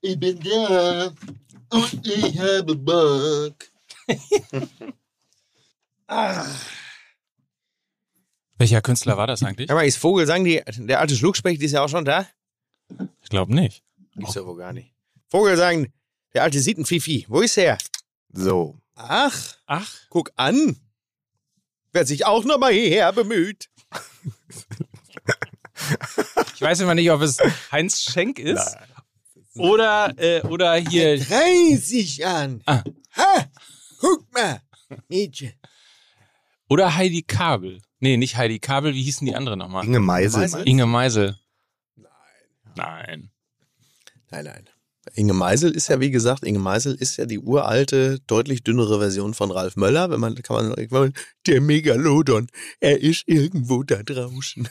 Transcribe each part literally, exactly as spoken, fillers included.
Ich bin da und ich habe Bock. ah. Welcher Künstler war das eigentlich? Aber ist Vogelsang, die, der alte Schluckspecht ist ja auch schon da? Ich glaube nicht. Gibt's ja wohl gar nicht. Vogelsang, der alte Sietenfifi, wo ist er? So. Ach, ach, guck an. Wer sich auch nochmal hierher bemüht. Ich weiß immer nicht, ob es Heinz Schenk ist oder, äh, oder hier. dreißig an. Ah. Ha, guck mal, Mädchen. Oder Heidi Kabel. Nee, nicht Heidi Kabel, wie hießen die andere nochmal? Inge Meisel. Meisel? Inge Meisel. Nein. Nein. Nein, nein. Inge Meisel ist ja, wie gesagt, Inge Meisel ist ja die uralte, deutlich dünnere Version von Ralf Möller. Wenn man, kann man sagen, der Megalodon, er ist irgendwo da draußen.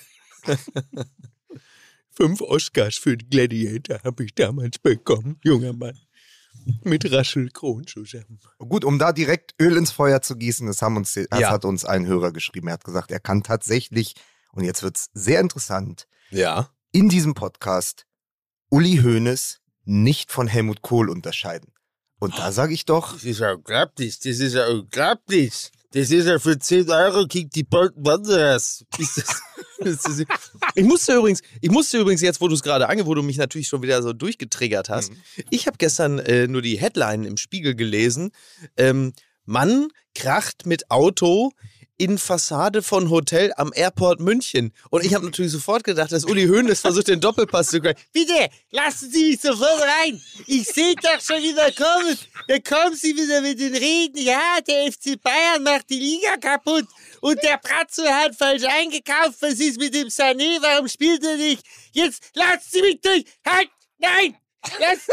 Fünf Oscars für die Gladiator habe ich damals bekommen, junger Mann. Mit Russell Crowe zusammen. Gut, um da direkt Öl ins Feuer zu gießen, das, haben uns, das Ja. hat uns ein Hörer geschrieben. Er hat gesagt, er kann tatsächlich, und jetzt wird's sehr interessant, Ja. in diesem Podcast Uli Hoeneß nicht von Helmut Kohl unterscheiden. Und da sage ich doch, Das ist ja unglaublich, das ist ja unglaublich. Das ist ja für zehn Euro gegen die Bolton Wanderers. Ist das, das ist, ich musste übrigens, ich musste übrigens jetzt, wo du es gerade ange, wo du mich natürlich schon wieder so durchgetriggert hast. Mhm. Ich habe gestern äh, nur die Headline im Spiegel gelesen. Ähm, Mann kracht mit Auto in Fassade von Hotel am Airport München. Und ich habe natürlich sofort gedacht, dass Uli Hoeneß versucht, den Doppelpass zu kriegen. Bitte, lassen Sie mich sofort rein. Ich sehe doch schon wieder kommen. Da kommen Sie wieder mit den Reden. Ja, der F C Bayern macht die Liga kaputt. Und der Brazzo hat falsch eingekauft. Was ist mit dem Sané? Warum spielt er nicht? Jetzt lassen Sie mich durch. Halt, nein. Lass,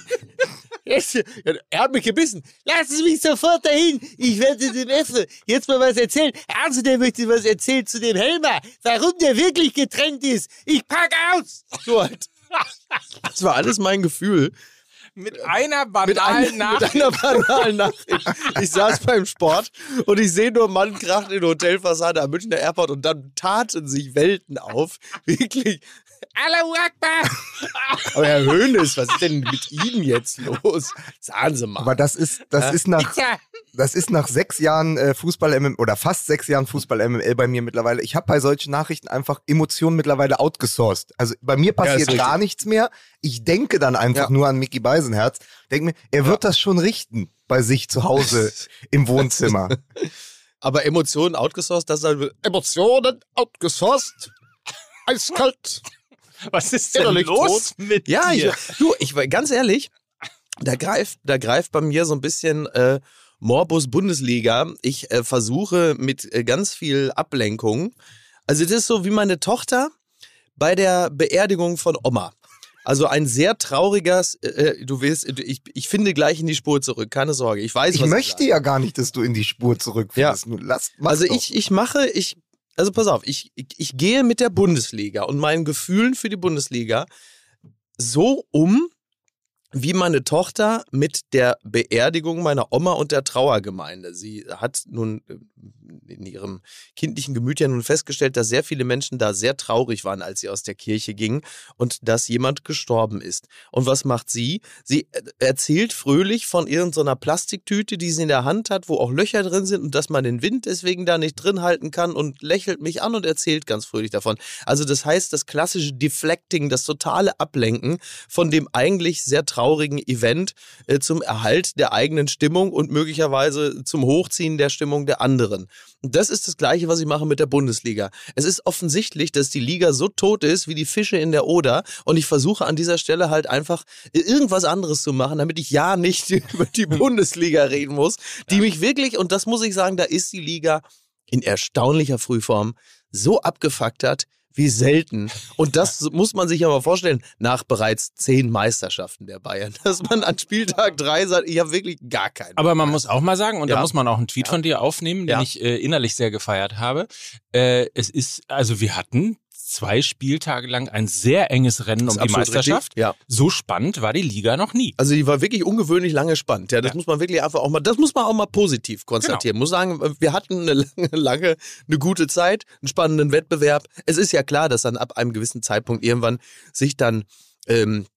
Jetzt, er hat mich gebissen. Lassen Sie mich sofort dahin. Ich werde dem Effe jetzt mal was erzählen. Also, der möchte was erzählen zu dem Helmer. Warum der wirklich getrennt ist. Ich pack aus. So halt. Das war alles mein Gefühl. Mit einer Mit, banalen ein, Nachricht. mit einer banalen Nachricht. Ich saß beim Sport und ich sehe nur Mann kracht in Hotelfassade am Münchner Airport und dann taten sich Welten auf. Wirklich. Allahu Akbar! Aber Herr Hoeneß, was ist denn mit Ihnen jetzt los? Sagen Sie mal. aber das ist, das Ja? ist nach, Pizza. das ist nach sechs Jahren äh, Fußball-M M oder fast sechs Jahren Fußball-M M L bei mir mittlerweile. Ich habe bei solchen Nachrichten einfach Emotionen mittlerweile outgesourced. Also bei mir Ja, ist passiert richtig. gar nichts mehr. Ich denke dann einfach Ja. nur an Micky Beisenherz. Denke mir, er wird das schon richten bei sich zu Hause im Wohnzimmer. Aber Emotionen outgesourced, das ist halt Emotionen outgesourced. Eiskalt. Was ist denn Innerlich los mit Ja, ich, dir? du, ich war ganz ehrlich, da greift, da greift bei mir so ein bisschen äh, Morbus Bundesliga. Ich äh, versuche mit äh, ganz viel Ablenkung. Also das ist so wie meine Tochter bei der Beerdigung von Oma. Also ein sehr trauriges, äh, du willst, ich, ich finde gleich in die Spur zurück, keine Sorge. Ich weiß, Ich was möchte sage. ja gar nicht, dass du in die Spur zurückfindest. Ja. Nur lass, mach Also doch. ich, ich mache, ich, also pass auf, ich, ich, ich gehe mit der Bundesliga und meinen Gefühlen für die Bundesliga so um, wie meine Tochter mit der Beerdigung meiner Oma und der Trauergemeinde. Sie hat nun in ihrem kindlichen Gemüt ja nun festgestellt, dass sehr viele Menschen da sehr traurig waren, als sie aus der Kirche gingen und dass jemand gestorben ist. Und was macht sie? Sie erzählt fröhlich von irgendeiner Plastiktüte, die sie in der Hand hat, wo auch Löcher drin sind und dass man den Wind deswegen da nicht drin halten kann und lächelt mich an und erzählt ganz fröhlich davon. Also das heißt, das klassische Deflecting, das totale Ablenken von dem eigentlich sehr traurigen Event äh, zum Erhalt der eigenen Stimmung und möglicherweise zum Hochziehen der Stimmung der anderen. Und das ist das Gleiche, was ich mache mit der Bundesliga. Es ist offensichtlich, dass die Liga so tot ist wie die Fische in der Oder und ich versuche an dieser Stelle halt einfach irgendwas anderes zu machen, damit ich ja nicht über die Bundesliga reden muss, die mich wirklich, und das muss ich sagen, da ist die Liga in erstaunlicher Frühform so abgefuckt hat, wie selten. Und das muss man sich ja mal vorstellen, nach bereits zehn Meisterschaften der Bayern, dass man an Spieltag drei sagt, ich habe wirklich gar keinen. Aber man muss auch mal sagen, und Ja. da muss man auch einen Tweet Ja. von dir aufnehmen, den Ja. ich äh, innerlich sehr gefeiert habe. Äh, es ist, also wir hatten zwei Spieltage lang ein sehr enges Rennen Das um ist die absolut Meisterschaft. richtig. Ja. So spannend war die Liga noch nie. Also die war wirklich ungewöhnlich lange spannend. Ja, das Ja. muss man wirklich einfach auch mal, das muss man auch mal positiv konstatieren. Muss sagen, wir hatten eine lange, lange, eine gute Zeit, einen spannenden Wettbewerb. Es ist ja klar, dass dann ab einem gewissen Zeitpunkt irgendwann sich dann ähm,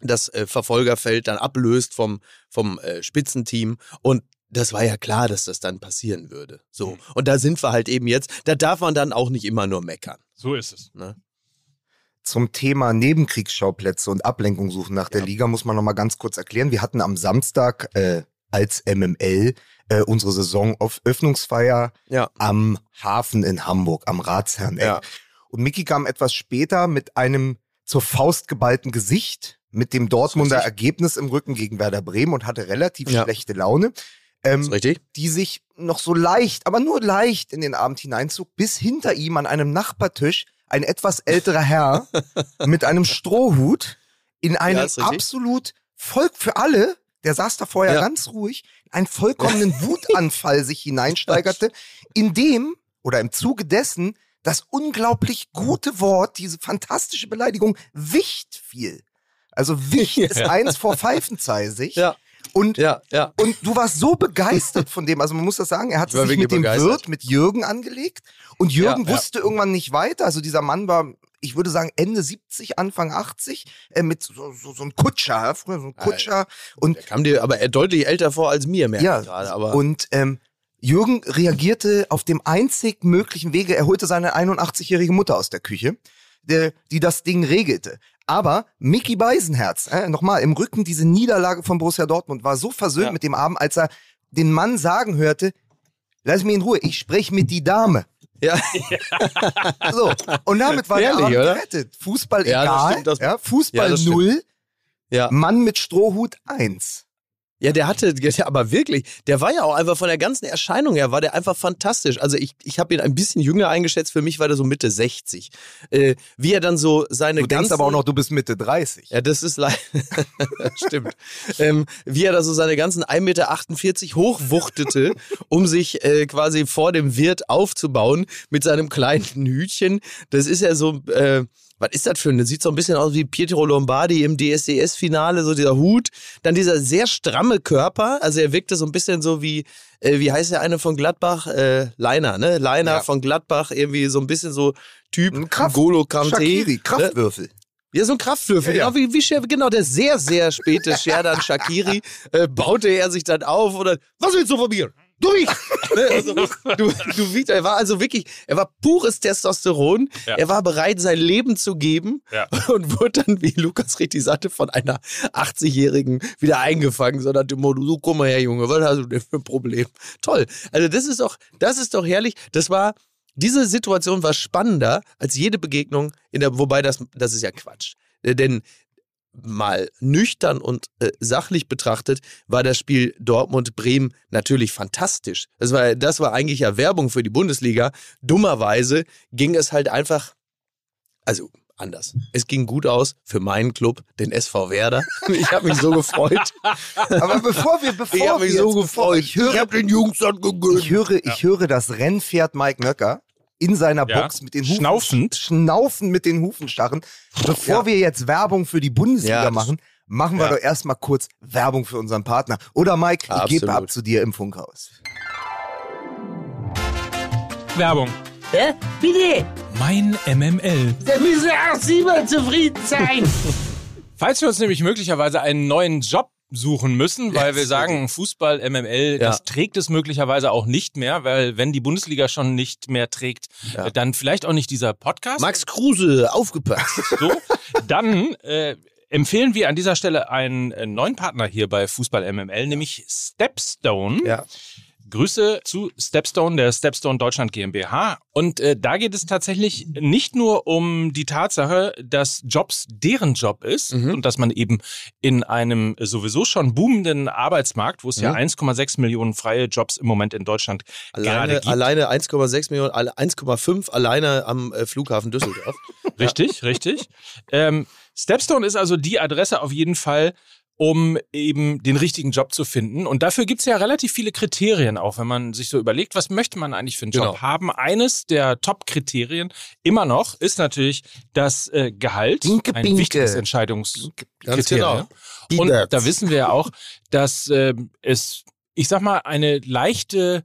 das äh, Verfolgerfeld dann ablöst vom, vom äh, Spitzenteam. Und das war ja klar, dass das dann passieren würde. So. Und da sind wir halt eben jetzt. Da darf man dann auch nicht immer nur meckern. So ist es. Ne? Zum Thema Nebenkriegsschauplätze und Ablenkung suchen nach der Ja. Liga muss man noch mal ganz kurz erklären. Wir hatten am Samstag äh, als M M L äh, unsere Saisoneröffnungsfeier Ja. am Hafen in Hamburg, am Ratsherreneck. Ja. Und Micky kam etwas später mit einem zur Faust geballten Gesicht, mit dem Dortmunder richtig. Ergebnis im Rücken gegen Werder Bremen und hatte relativ Ja. schlechte Laune, ähm, Ist richtig? die sich noch so leicht, aber nur leicht in den Abend hineinzog, bis hinter ihm an einem Nachbartisch ein etwas älterer Herr mit einem Strohhut in einem Ja, ist richtig. absolut Volk für alle, der saß da vorher Ja. ganz ruhig, einen vollkommenen Wutanfall sich hineinsteigerte, in dem oder im Zuge dessen das unglaublich gute Wort, diese fantastische Beleidigung, Wicht fiel. Also Wicht ist Ja. eins vor Pfeifenzeisig. Ja. Und, Ja, ja. und du warst so begeistert von dem, also man muss das sagen, er hat Ich war sich wirklich mit dem begeistert. Wirt, mit Jürgen angelegt und Jürgen Ja, ja. wusste irgendwann nicht weiter, also dieser Mann war, ich würde sagen Ende siebzig, Anfang achtzig, äh, mit so, so, so einem Kutscher, ja, früher so ein Kutscher und Der kam dir aber deutlich älter vor als mir, merke ja, ich gerade. Aber und ähm, Jürgen reagierte auf dem einzig möglichen Wege. Er holte seine einundachtzigjährige Mutter aus der Küche, der, die das Ding regelte. Aber Micky Beisenherz, äh, nochmal, im Rücken diese Niederlage von Borussia Dortmund, war so versöhnt Ja. mit dem Abend, als er den Mann sagen hörte, lass mich in Ruhe, ich spreche mit die Dame. ja, So, und damit war Ehrlich, der Abend oder? gerettet. Fußball Ja, das egal, stimmt, das- ja, Fußball ja, das stimmt. null, ja. Mann mit Strohhut eins. Ja, der hatte, ja, aber wirklich, der war ja auch einfach von der ganzen Erscheinung her, war der einfach fantastisch. Also ich, ich habe ihn ein bisschen jünger eingeschätzt, für mich war der so Mitte sechzig. Äh, wie er dann so seine Du denkst ganzen, aber auch noch, du bist Mitte dreißig. Ja, das ist leider, stimmt. Ähm, wie er da so seine ganzen ein Meter achtundvierzig hochwuchtete, um sich äh, quasi vor dem Wirt aufzubauen mit seinem kleinen Hütchen. Das ist ja so, äh, was ist das für ein? Das sieht so ein bisschen aus wie Pietro Lombardi im D S D S-Finale, so dieser Hut. Dann dieser sehr stramme Körper, also er wirkte so ein bisschen so wie, äh, wie heißt der eine von Gladbach? Äh, Leiner, ne? Leiner Ja. von Gladbach, irgendwie so ein bisschen so Typ Ein Kraft- N'Golo Kanté. Shaqiri, Ne? Kraftwürfel. Ja, so ein Kraftwürfel, Ja, ja. genau wie, wie Scher- genau der sehr, sehr späte Sherdan Shaqiri äh, baute er sich dann auf oder was willst du von mir? Du mich! Ne, also, du, du wiegst, er war also wirklich, er war pures Testosteron, Ja. er war bereit, sein Leben zu geben Ja. und wurde dann, wie Lukas richtig sagte, von einer achtzigjährigen wieder eingefangen, sondern dem Motto, so komm mal her, Junge, was hast du denn für ein Problem? Toll. Also das ist doch, das ist doch herrlich. Das war, diese Situation war spannender als jede Begegnung in der, wobei das, das ist ja Quatsch. Äh, Denn mal nüchtern und äh, sachlich betrachtet war das Spiel Dortmund-Bremen natürlich fantastisch. Das war, das war eigentlich ja Werbung für die Bundesliga. Dummerweise ging es halt einfach, also anders. Es ging gut aus für meinen Club, den S V Werder. Ich habe mich so gefreut. Aber bevor wir, bevor Ich habe mich wir so jetzt- bevor- gefreut. ich höre, habe den Jungs dann gegönnt. ich höre, ich höre das Rennpferd Mike Nöcker in seiner Ja. Box mit den Hufen. Schnaufend. Schnaufen mit den Hufenstarren. Bevor Ja. wir jetzt Werbung für die Bundesliga Ja, das- machen, machen wir Ja. doch erstmal kurz Werbung für unseren Partner. Oder Mike, ich Absolut. gebe ab zu dir im Funkhaus. Werbung. Hä? Bitte? Mein M M L. Da müssen auch Sie mal zufrieden sein. Falls wir uns nämlich möglicherweise einen neuen Job suchen müssen, weil wir sagen, Fußball, M M L, Ja. das trägt es möglicherweise auch nicht mehr, weil wenn die Bundesliga schon nicht mehr trägt, Ja. äh, dann vielleicht auch nicht dieser Podcast. Max Kruse, aufgepasst. So, dann äh, empfehlen wir an dieser Stelle einen äh, neuen Partner hier bei Fußball M M L, nämlich Stepstone. Ja. Grüße zu Stepstone, der Stepstone Deutschland GmbH. Und äh, da geht es tatsächlich nicht nur um die Tatsache, dass Jobs deren Job ist Mhm. und dass man eben in einem sowieso schon boomenden Arbeitsmarkt, wo es ja Mhm. eins Komma sechs Millionen freie Jobs im Moment in Deutschland gerade Alleine, gibt. alleine eins Komma sechs Millionen, alle eins Komma fünf alleine am äh, Flughafen Düsseldorf. Richtig, richtig. Ähm, Stepstone ist also die Adresse auf jeden Fall, um eben den richtigen Job zu finden. Und dafür gibt's ja relativ viele Kriterien auch, wenn man sich so überlegt, was möchte man eigentlich für einen Job Genau. haben. Eines der Top-Kriterien immer noch ist natürlich das äh, Gehalt. Binke, ein binke. wichtiges Ganz Entscheidungskriterium. genau. Und Peanuts. da wissen wir ja auch, dass äh, es, ich sag mal, eine leichte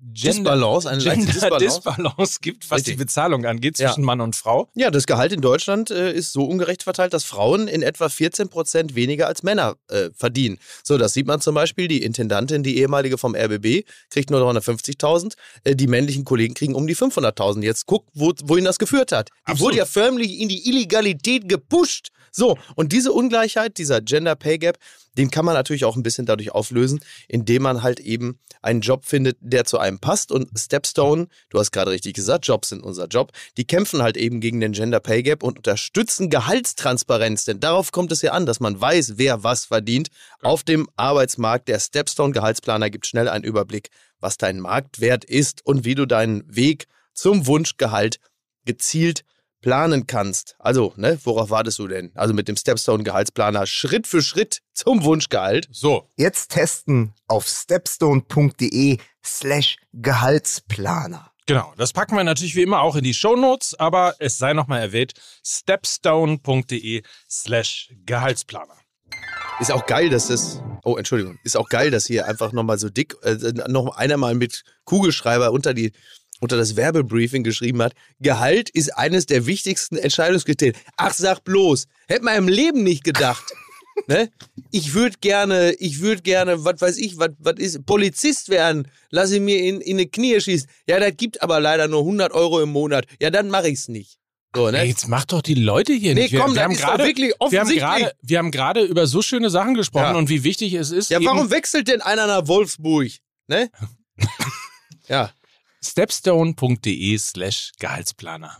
Disbalance, eine leichte Gender Disbalance. Disbalance gibt, was Richtig. die Bezahlung angeht zwischen Ja. Mann und Frau. Ja, das Gehalt in Deutschland äh, ist so ungerecht verteilt, dass Frauen in etwa vierzehn Prozent weniger als Männer äh, verdienen. So, das sieht man zum Beispiel, die Intendantin, die ehemalige vom R B B, kriegt nur dreihundertfünfzigtausend, äh, die männlichen Kollegen kriegen um die fünfhunderttausend. Jetzt guck, wo, wohin das geführt hat. Die Absolut. wurde ja förmlich in die Illegalität gepusht. So, und diese Ungleichheit, dieser Gender Pay Gap, den kann man natürlich auch ein bisschen dadurch auflösen, indem man halt eben einen Job findet, der zu einem passt. Und Stepstone, du hast gerade richtig gesagt, Jobs sind unser Job, die kämpfen halt eben gegen den Gender Pay Gap und unterstützen Gehaltstransparenz. Denn darauf kommt es ja an, dass man weiß, wer was verdient auf dem Arbeitsmarkt. Der Stepstone Gehaltsplaner gibt schnell einen Überblick, was dein Marktwert ist und wie du deinen Weg zum Wunschgehalt gezielt planen kannst. Also, ne, worauf wartest du denn? Also mit dem Stepstone Gehaltsplaner Schritt für Schritt zum Wunschgehalt. So, Jetzt testen auf stepstone.de slash Gehaltsplaner. genau. Das packen wir natürlich wie immer auch in die Shownotes, aber es sei nochmal erwähnt, stepstone.de slash Gehaltsplaner. Ist auch geil, dass das, oh, Entschuldigung, ist auch geil, dass hier einfach nochmal so dick, äh, noch einer mal mit Kugelschreiber unter die, unter das Werbebriefing geschrieben hat, Gehalt ist eines der wichtigsten Entscheidungskriterien. Ach, sag bloß, hätte man im Leben nicht gedacht. Ne? Ich würde gerne, ich würde gerne, was weiß ich, was ist, Polizist werden, lass ich mir in, in die Knie schießen. Ja, das gibt aber leider nur hundert Euro im Monat. Ja, dann mache ich's nicht. So, ne? Ey, jetzt mach doch die Leute hier Nee, nicht. Wir, komm, wir das haben ist gerade, doch wirklich wir haben offensichtlich. gerade, wir haben gerade über so schöne Sachen gesprochen Ja. und wie wichtig es ist. Ja, eben warum wechselt denn einer nach Wolfsburg? Ne? Ja. stepstone.de slash Gehaltsplaner.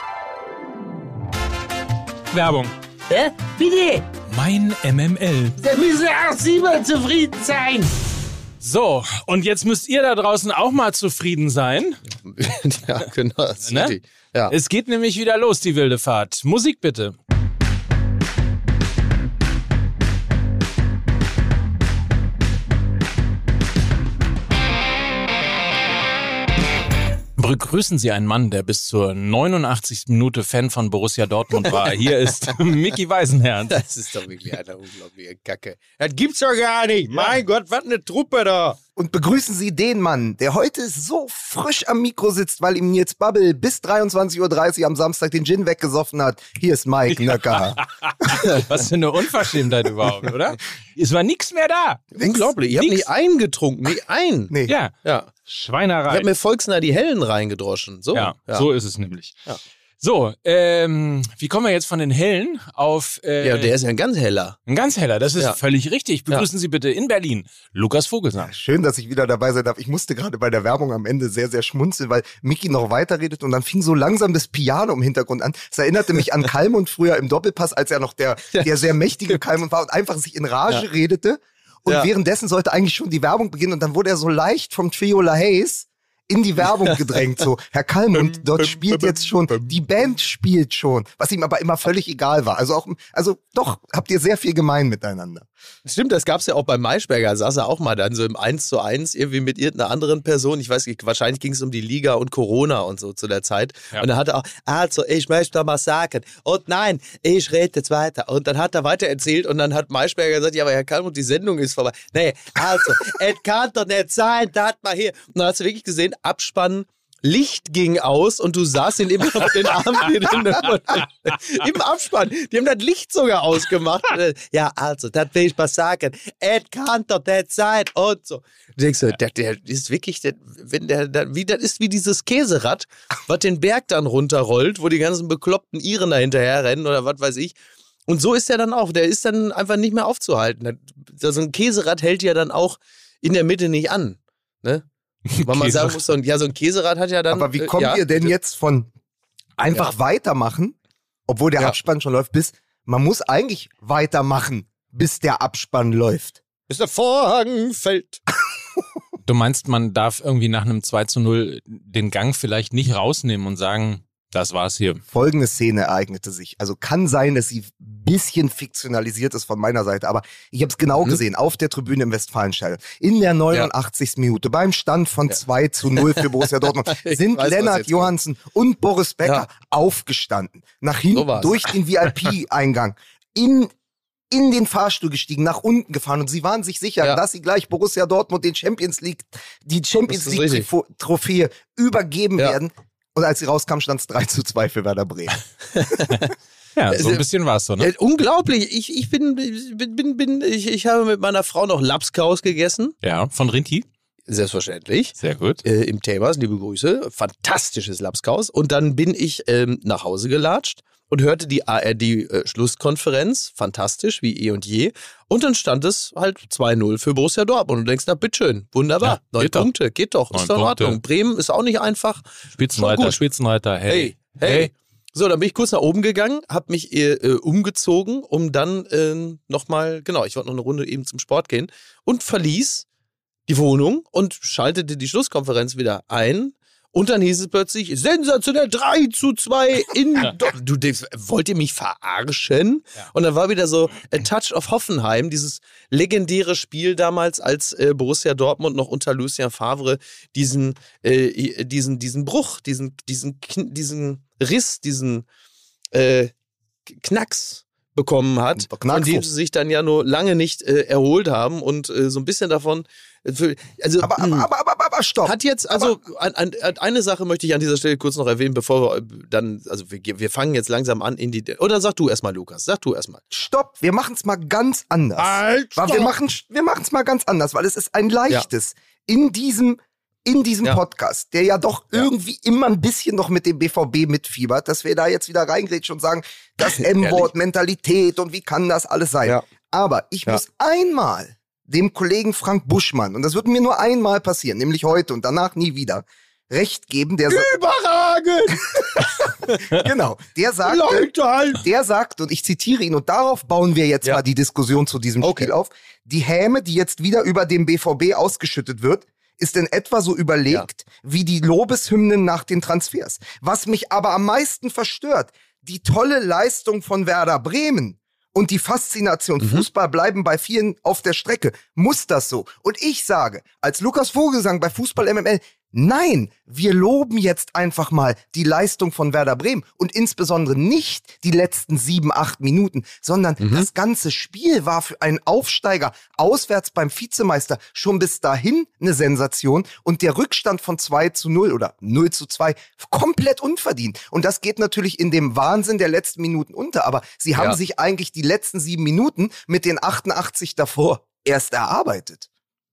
Werbung. Hä? Bitte? Mein M M L. Da müssen auch Sie mal zufrieden sein. So, und jetzt müsst ihr da draußen auch mal zufrieden sein. Ja, genau. Das ist Ne? richtig. Ja. Es geht nämlich wieder los, die wilde Fahrt. Musik bitte. Begrüßen Sie einen Mann, der bis zur neunundachtzigsten Minute Fan von Borussia Dortmund war. Hier ist Micky Weisenherz. Das ist doch wirklich eine unglaubliche Kacke. Das gibt's doch gar nicht. Mein Gott, was eine Truppe da. Und begrüßen Sie den Mann, der heute so frisch am Mikro sitzt, weil ihm Nils Babbel bis dreiundzwanzig Uhr dreißig am Samstag den Gin weggesoffen hat. Hier ist Mike Nöcker. Was für eine Unverschämtheit überhaupt, oder? Es war nichts mehr da. Unglaublich. Ich habe Nix. nicht einen getrunken. Nicht einen. Nee. Ja, Ja. Ich Schweinerei. habe mir volksnah die Hellen reingedroschen. So. Ja, so ist es nämlich. So, ähm, wie kommen wir jetzt von den Hellen auf äh, Ja, der ist ja ein ganz heller. ein ganz heller? Das ist Ja. völlig richtig. Begrüßen Sie bitte in Berlin Lukas Vogelsang. Schön, dass ich wieder dabei sein darf. Ich musste gerade bei der Werbung am Ende sehr, sehr schmunzeln, weil Micky noch weiterredet und dann fing so langsam das Piano im Hintergrund an. Es erinnerte mich an Kalmund früher im Doppelpass, als er noch der, der sehr mächtige Kalmund war und einfach sich in Rage Ja. redete. Und Ja. währenddessen sollte eigentlich schon die Werbung beginnen und dann wurde er so leicht vom Trio La Hayes in die Werbung gedrängt. So, Herr Kalmund, dort spielt jetzt schon, die Band spielt schon, was ihm aber immer völlig egal war. Also auch, also doch, habt ihr sehr viel gemein miteinander. Stimmt, das gab's ja auch bei Maischberger, saß er auch mal dann so im eins zu eins irgendwie mit irgendeiner anderen Person. Ich weiß nicht, wahrscheinlich ging es um die Liga und Corona und so zu der Zeit. Ja. Und dann hat er auch, also ich möchte mal sagen, und nein, ich rede jetzt weiter. Und dann hat er weiter erzählt und dann hat Maischberger gesagt, ja, aber Herr Kalmund, die Sendung ist vorbei. Nee, also, es kann doch nicht sein, da hat man hier. Und dann hast du wirklich gesehen, Abspann, Licht ging aus und du sahst ihn immer auf den Arm im Abspann. Die haben das Licht sogar ausgemacht. Ja, also, das will ich mal sagen. Es kann doch nicht sein. Und so. Du denkst so, der, der ist wirklich, der, wenn der, der, wie, das ist wie dieses Käserad, was den Berg dann runterrollt, wo die ganzen bekloppten Iren da hinterher rennen oder was weiß ich. Und so ist er dann auch. Der ist dann einfach nicht mehr aufzuhalten. So ein Käserad hält ja dann auch in der Mitte nicht an. Ne? Weil man sagen muss, so ein, ja, so ein Käserad hat ja dann... Aber wie kommt äh, ja, ihr denn jetzt von einfach Ja. weitermachen, obwohl der Ja. Abspann schon läuft, bis man muss eigentlich weitermachen, bis der Abspann läuft. bis der Vorhang fällt. Du meinst, man darf irgendwie nach einem zwei zu null den Gang vielleicht nicht rausnehmen und sagen, das war's hier. Folgende Szene ereignete sich. Also kann sein, dass sie ein bisschen fiktionalisiert ist von meiner Seite, aber ich habe es genau Mhm. gesehen, auf der Tribüne im Westfalenstadion. In der neunundachtzigsten Minute beim Stand von Ja. zwei zu null für Borussia Dortmund Ich sind weiß, was Lennart jetzt Johansen und Boris Becker Ja. aufgestanden, nach hinten So war's. durch den V I P-Eingang in in den Fahrstuhl gestiegen, nach unten gefahren und sie waren sich sicher, Ja. dass sie gleich Borussia Dortmund den Champions League, die Champions Das ist League richtig. Trophäe übergeben Ja. werden. Und als sie rauskam, stand es drei zu zwei für Werder Bremen. Ja, so ein Also, bisschen war es so, ne? Äh, unglaublich. Ich, ich bin, bin, bin, bin ich, ich habe mit meiner Frau noch Lapskaus gegessen. Ja, von Rinti. Selbstverständlich. Sehr gut. Äh, Im Themas, liebe Grüße. Fantastisches Lapskaus. Und dann bin ich ähm, nach Hause gelatscht und hörte die A R D-Schlusskonferenz. Fantastisch, wie eh und je. Und dann stand es halt zwei null für Borussia Dortmund. Und du denkst, na bitteschön, wunderbar. Ja, Neun geht doch. Punkte, geht doch. Neun Ist doch in Punkte. Ordnung. Bremen ist auch nicht einfach. Spitzenreiter, gut. Spitzenreiter, hey. Hey, hey. So, dann bin ich kurz nach oben gegangen, habe mich äh, äh, umgezogen, um dann äh, nochmal, genau, ich wollte noch eine Runde eben zum Sport gehen und verließ die Wohnung und schaltete die Schlusskonferenz wieder ein. Und dann hieß es plötzlich, sensationell drei zu zwei in... Do- du denkst, wollt ihr mich verarschen? Ja. Und dann war wieder so A Touch of Hoffenheim, dieses legendäre Spiel damals, als äh, Borussia Dortmund noch unter Lucien Favre diesen, äh, diesen, diesen Bruch, diesen, diesen, Kn- diesen Riss, diesen äh, Knacks bekommen hat, Knackfuß. von dem sie sich dann ja nur lange nicht äh, erholt haben und äh, so ein bisschen davon... äh, für- Also, Aber, mh. aber, aber, aber, aber stopp. Hat jetzt, also an, an, an eine Sache möchte ich an dieser Stelle kurz noch erwähnen, bevor wir äh, dann, also wir, wir fangen jetzt langsam an in die, oder sag du erstmal, Lukas, sag du erstmal. Stopp, wir machen es mal ganz anders. Halt, Weil wir machen wir machen es mal ganz anders, weil es ist ein leichtes in diesem in diesem Ja. Podcast, der ja doch Ja. irgendwie immer ein bisschen noch mit dem B V B mitfiebert, dass wir da jetzt wieder reingrätschen und sagen, das M-Wort, Mentalität und wie kann das alles sein. Ja. Aber ich Ja. muss einmal dem Kollegen Frank Buschmann, und das wird mir nur einmal passieren, nämlich heute und danach nie wieder, recht geben, der sagt, Überragend! genau, der sagt, Leute, halt! der sagt, und ich zitiere ihn, und darauf bauen wir jetzt Ja. mal die Diskussion zu diesem Okay. Spiel auf, die Häme, die jetzt wieder über dem B V B ausgeschüttet wird, ist in etwa so überlegt wie die Lobeshymnen nach den Transfers. Was mich aber am meisten verstört, die tolle Leistung von Werder Bremen und die Faszination Mhm. Fußball bleiben bei vielen auf der Strecke. Muss das so? Und ich sage, als Lukas Vogelsang bei Fußball M M L, nein, wir loben jetzt einfach mal die Leistung von Werder Bremen und insbesondere nicht die letzten sieben, acht Minuten, sondern Mhm. das ganze Spiel war für einen Aufsteiger auswärts beim Vizemeister schon bis dahin eine Sensation und der Rückstand von zwei zu null oder null zu zwei komplett unverdient. Und das geht natürlich in dem Wahnsinn der letzten Minuten unter, aber sie haben Ja. sich eigentlich die letzten sieben Minuten mit den achtundachtzig davor erst erarbeitet.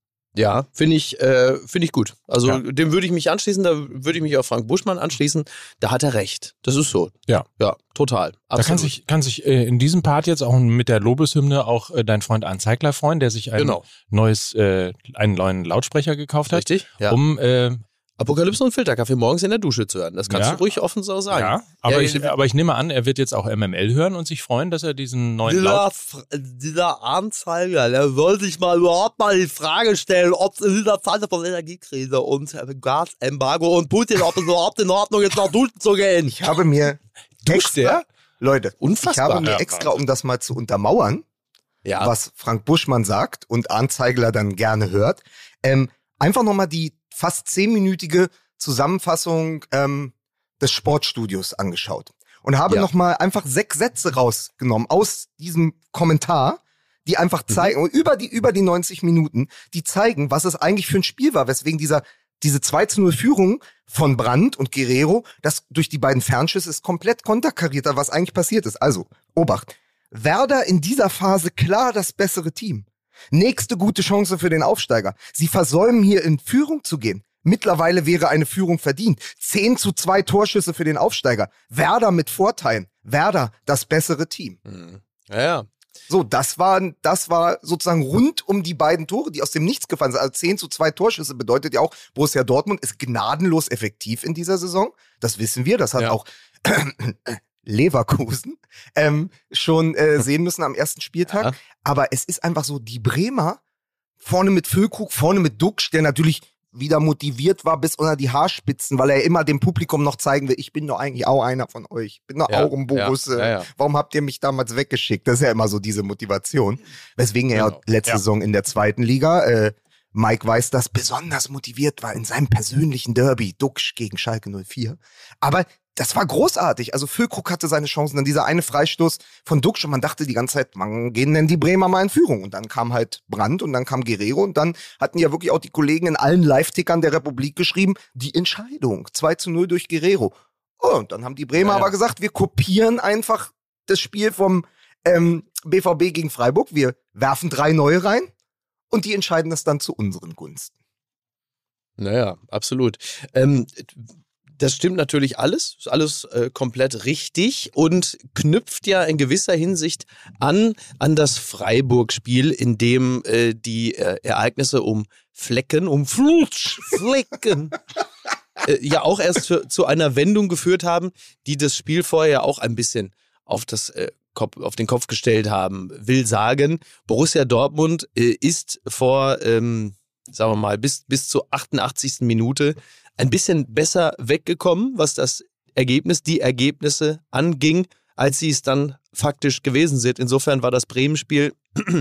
Ja, finde ich, äh, finde ich gut. Also Ja. dem würde ich mich anschließen, da würde ich mich auf Frank Buschmann anschließen. Da hat er recht. Das ist so. Ja. Ja, total. Da kann sich, kann sich äh, in diesem Part jetzt auch mit der Lobeshymne auch äh, dein Freund Arndt Zeigler freuen, der sich ein Genau. neues, äh, einen neuen Lautsprecher gekauft hat, Richtig? Ja. um äh, Apokalypse und Filterkaffee morgens in der Dusche zu hören. Das kannst Ja. du ruhig offen so sagen. ja, aber, Ja, ich, ich- aber ich nehme an, er wird jetzt auch M M L hören und sich freuen, dass er diesen neuen Laut... Dieser, dieser Anzeiger, der soll sich mal überhaupt mal die Frage stellen, ob es in dieser Zeit von Energiekrise und äh, Gasembargo und Putin, ob es überhaupt in Ordnung ist, nach duschen zu gehen. Ich habe mir Duscht extra, der? Leute, Unfassbar. ich habe mir Ja, extra, Wahnsinn. um das mal zu untermauern, Ja, was Frank Buschmann sagt und Arndt Zeigler dann gerne hört, ähm, einfach nochmal die fast zehnminütige Zusammenfassung ähm, des Sportstudios angeschaut und habe Ja. nochmal einfach sechs Sätze rausgenommen aus diesem Kommentar, die einfach zeigen, und über die, über die neunzig Minuten, die zeigen, was es eigentlich für ein Spiel war, weswegen dieser diese zwei zu null Führung von Brandt und Guerrero, das durch die beiden Fernschüsse ist komplett konterkariert, was eigentlich passiert ist. Also, Obacht. Werder in dieser Phase klar das bessere Team. Nächste gute Chance für den Aufsteiger. Sie versäumen hier in Führung zu gehen. Mittlerweile wäre eine Führung verdient. zehn zu zwei Torschüsse für den Aufsteiger. Werder mit Vorteilen. Werder das bessere Team. ja, ja. So, das war, das war sozusagen rund um die beiden Tore, die aus dem Nichts gefallen sind. Also zehn zu zwei Torschüsse bedeutet ja auch, Borussia Dortmund ist gnadenlos effektiv in dieser Saison. Das wissen wir. Das hat Ja. auch Leverkusen ähm, schon äh, sehen müssen am ersten Spieltag. Ja. Aber es ist einfach so, die Bremer vorne mit Füllkrug, vorne mit Duxch, der natürlich wieder motiviert war bis unter die Haarspitzen, weil er immer dem Publikum noch zeigen will, ich bin doch eigentlich auch einer von euch. Ich bin doch Ja, auch ein Borusse. ja, ja, ja. Warum habt ihr mich damals weggeschickt? Das ist ja immer so diese Motivation. Weswegen er Genau. letzte Ja. Saison in der zweiten Liga, äh, Mike weiß das, besonders motiviert war in seinem persönlichen Derby, Duxch gegen Schalke null vier. Aber das war großartig. Also Füllkrug hatte seine Chancen, dann dieser eine Freistoß von Duxch und man dachte die ganze Zeit, wann gehen denn die Bremer mal in Führung? Und dann kam halt Brandt und dann kam Guerrero und dann hatten ja wirklich auch die Kollegen in allen Live-Tickern der Republik geschrieben, die Entscheidung, zwei zu null durch Guerrero. Oh, und dann haben die Bremer ja, ja. aber gesagt, wir kopieren einfach das Spiel vom ähm, B V B gegen Freiburg, wir werfen drei neue rein und die entscheiden das dann zu unseren Gunsten. Naja, absolut. Ähm, das stimmt natürlich alles, ist alles äh, komplett richtig und knüpft ja in gewisser Hinsicht an, an das Freiburg-Spiel, in dem äh, die äh, Ereignisse um Flecken, um Flutsch, Flecken, äh, ja auch erst für, zu einer Wendung geführt haben, die das Spiel vorher ja auch ein bisschen auf das äh, Kopf, auf den Kopf gestellt haben. Will sagen, Borussia Dortmund äh, ist vor, ähm, sagen wir mal, bis, bis zur achtundachtzigsten Minute ein bisschen besser weggekommen, was das Ergebnis, die Ergebnisse anging, als sie es dann faktisch gewesen sind. Insofern war das Bremen-Spiel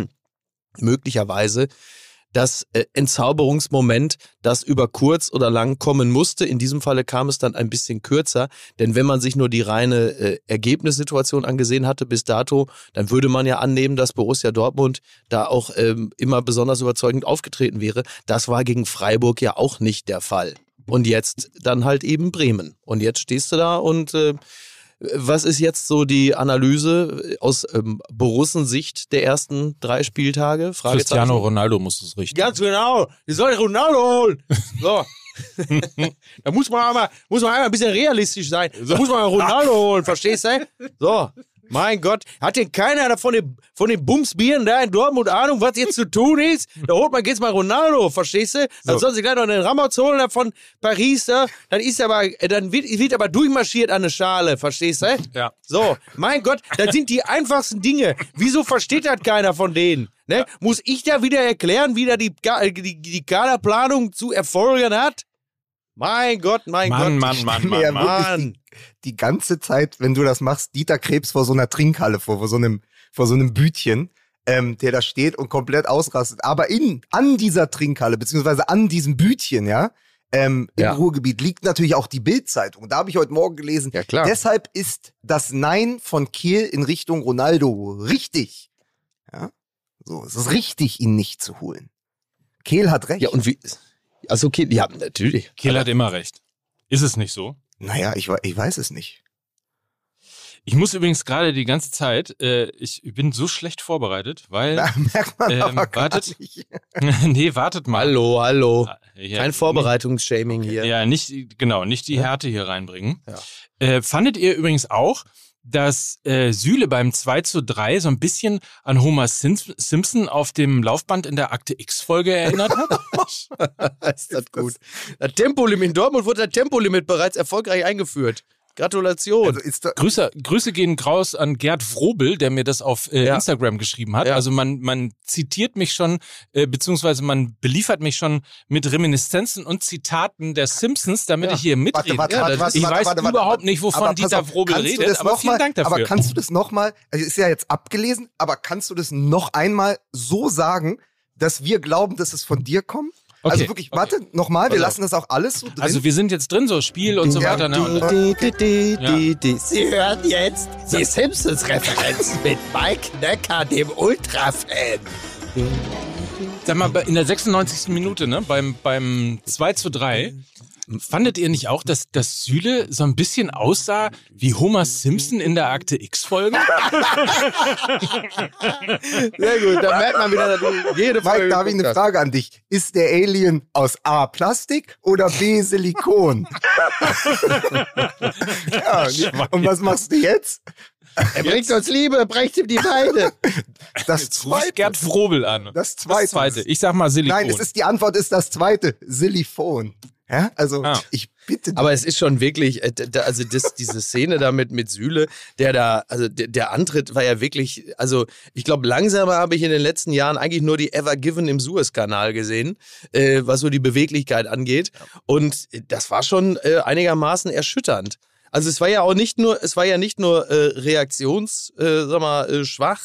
möglicherweise das äh, Entzauberungsmoment, das über kurz oder lang kommen musste. In diesem Falle kam es dann ein bisschen kürzer, denn wenn man sich nur die reine äh, Ergebnissituation angesehen hatte bis dato, dann würde man ja annehmen, dass Borussia Dortmund da auch ähm, immer besonders überzeugend aufgetreten wäre. Das war gegen Freiburg ja auch nicht der Fall. Und jetzt dann halt eben Bremen. Und jetzt stehst du da und äh, was ist jetzt so die Analyse aus ähm, Borussen-Sicht der ersten drei Spieltage? Cristiano Ronaldo muss es richten. Ganz genau. Die soll Ronaldo holen. So. Da muss man aber muss man einmal ein bisschen realistisch sein. Da muss man Ronaldo holen, verstehst du? So. Mein Gott, hat denn keiner von den, von den Bumsbieren da in Dortmund Ahnung, was jetzt zu tun ist? Da holt man jetzt mal Ronaldo, verstehst du? Dann so. Sollen sie gleich noch den Ramos holen da von Paris, da. Dann ist aber, dann wird, wird aber durchmarschiert an eine Schale, verstehst du? Ja. So, mein Gott, das sind die einfachsten Dinge. Wieso versteht das keiner von denen? Ne? Ja. Muss ich da wieder erklären, wie da die, die, die Kaderplanung zu erfolgen hat? Mein Gott, mein Mann, Gott. Mann, Mann, Mann, ja, Mann, Mann. Die, die ganze Zeit, wenn du das machst, Dieter Krebs vor so einer Trinkhalle vor, vor so einem, vor so einem Bütchen, ähm, der da steht und komplett ausrastet. Aber in, an dieser Trinkhalle, beziehungsweise an diesem Bütchen, ja, ähm, im ja. Ruhrgebiet liegt natürlich auch die Bild-Zeitung. Da habe ich heute Morgen gelesen. Ja, klar. Deshalb ist das Nein von Kehl in Richtung Ronaldo richtig. Ja, so, es ist richtig, ihn nicht zu holen. Kehl hat recht. Ja, und wie... Also okay, ja, natürlich. Kehl hat immer recht. Ist es nicht so? Naja, ich, ich weiß es nicht. Ich muss übrigens gerade die ganze Zeit, äh, ich bin so schlecht vorbereitet, weil... Da merkt man ähm, aber gar wartet, nicht. Nee, wartet mal. Hallo, hallo. Ja, Kein Vorbereitungsshaming hier. Ja, nicht, genau, nicht die Härte hier reinbringen. Ja. Äh, fandet ihr übrigens auch, dass äh, Süle beim zwei zu drei so ein bisschen an Homer Sim- Simpson auf dem Laufband in der Akte X-Folge erinnert hat? Ist das gut. Das Tempolimit in Dortmund wurde das Tempolimit bereits erfolgreich eingeführt. Gratulation. Also ist da Grüße, Grüße gehen raus an Gerd Frobel, der mir das auf äh, Ja. Instagram geschrieben hat. Ja. Also man, man zitiert mich schon, äh, beziehungsweise man beliefert mich schon mit Reminiszenzen und Zitaten der Simpsons, damit Ja. ich hier mitrede. Warte, warte, Ja, warte, das- warte, ich warte, weiß warte, warte, überhaupt warte. nicht, wovon Aber pass Dieter auf, Frobel kannst du redet, das aber noch vielen mal, Dank dafür. Aber kannst du das nochmal, also ist ja jetzt abgelesen, aber kannst du das noch einmal so sagen, dass wir glauben, dass es von dir kommt? Okay, Also wirklich, okay. warte, nochmal, wir Pass auf. lassen das auch alles so drin. Also wir sind jetzt drin, so Spiel und so Ja, weiter. Ne? Und, Die, die, Ja. die, die. Sie hören jetzt die Simpsons-Referenz mit Mike Necker, dem Ultra-Fan. sag mal, in der sechsundneunzigsten Minute, ne, beim, beim zwei zu drei, fandet ihr nicht auch, dass, dass Süle so ein bisschen aussah wie Homer Simpson in der Akte X-Folge? Sehr gut, da merkt man wieder, dass du jede Folge Mike, da habe ich geguckt eine hast. Frage an dich. Ist der Alien aus A, Plastik oder B, Silikon? Ja, und was machst du jetzt? Er bringt uns Liebe, brecht ihm die Beine. Das Jetzt ruf ich zweite. Gerd Frobel an. Das zweite. Das zweite. Ich sag mal Silikon. Nein, es ist, die Antwort ist das zweite. Silifon. Ja, also Ah. ich bitte dich. Aber es ist schon wirklich, äh, da, also das, diese Szene da mit, mit Süle, der da, also der, der Antritt war ja wirklich, also ich glaube, langsamer habe ich in den letzten Jahren eigentlich nur die Ever Given im Suezkanal gesehen, äh, was so die Beweglichkeit angeht. Und das war schon äh, einigermaßen erschütternd. Also es war ja auch nicht nur, es war ja nicht nur äh, reaktions, äh, sag mal, äh, schwach,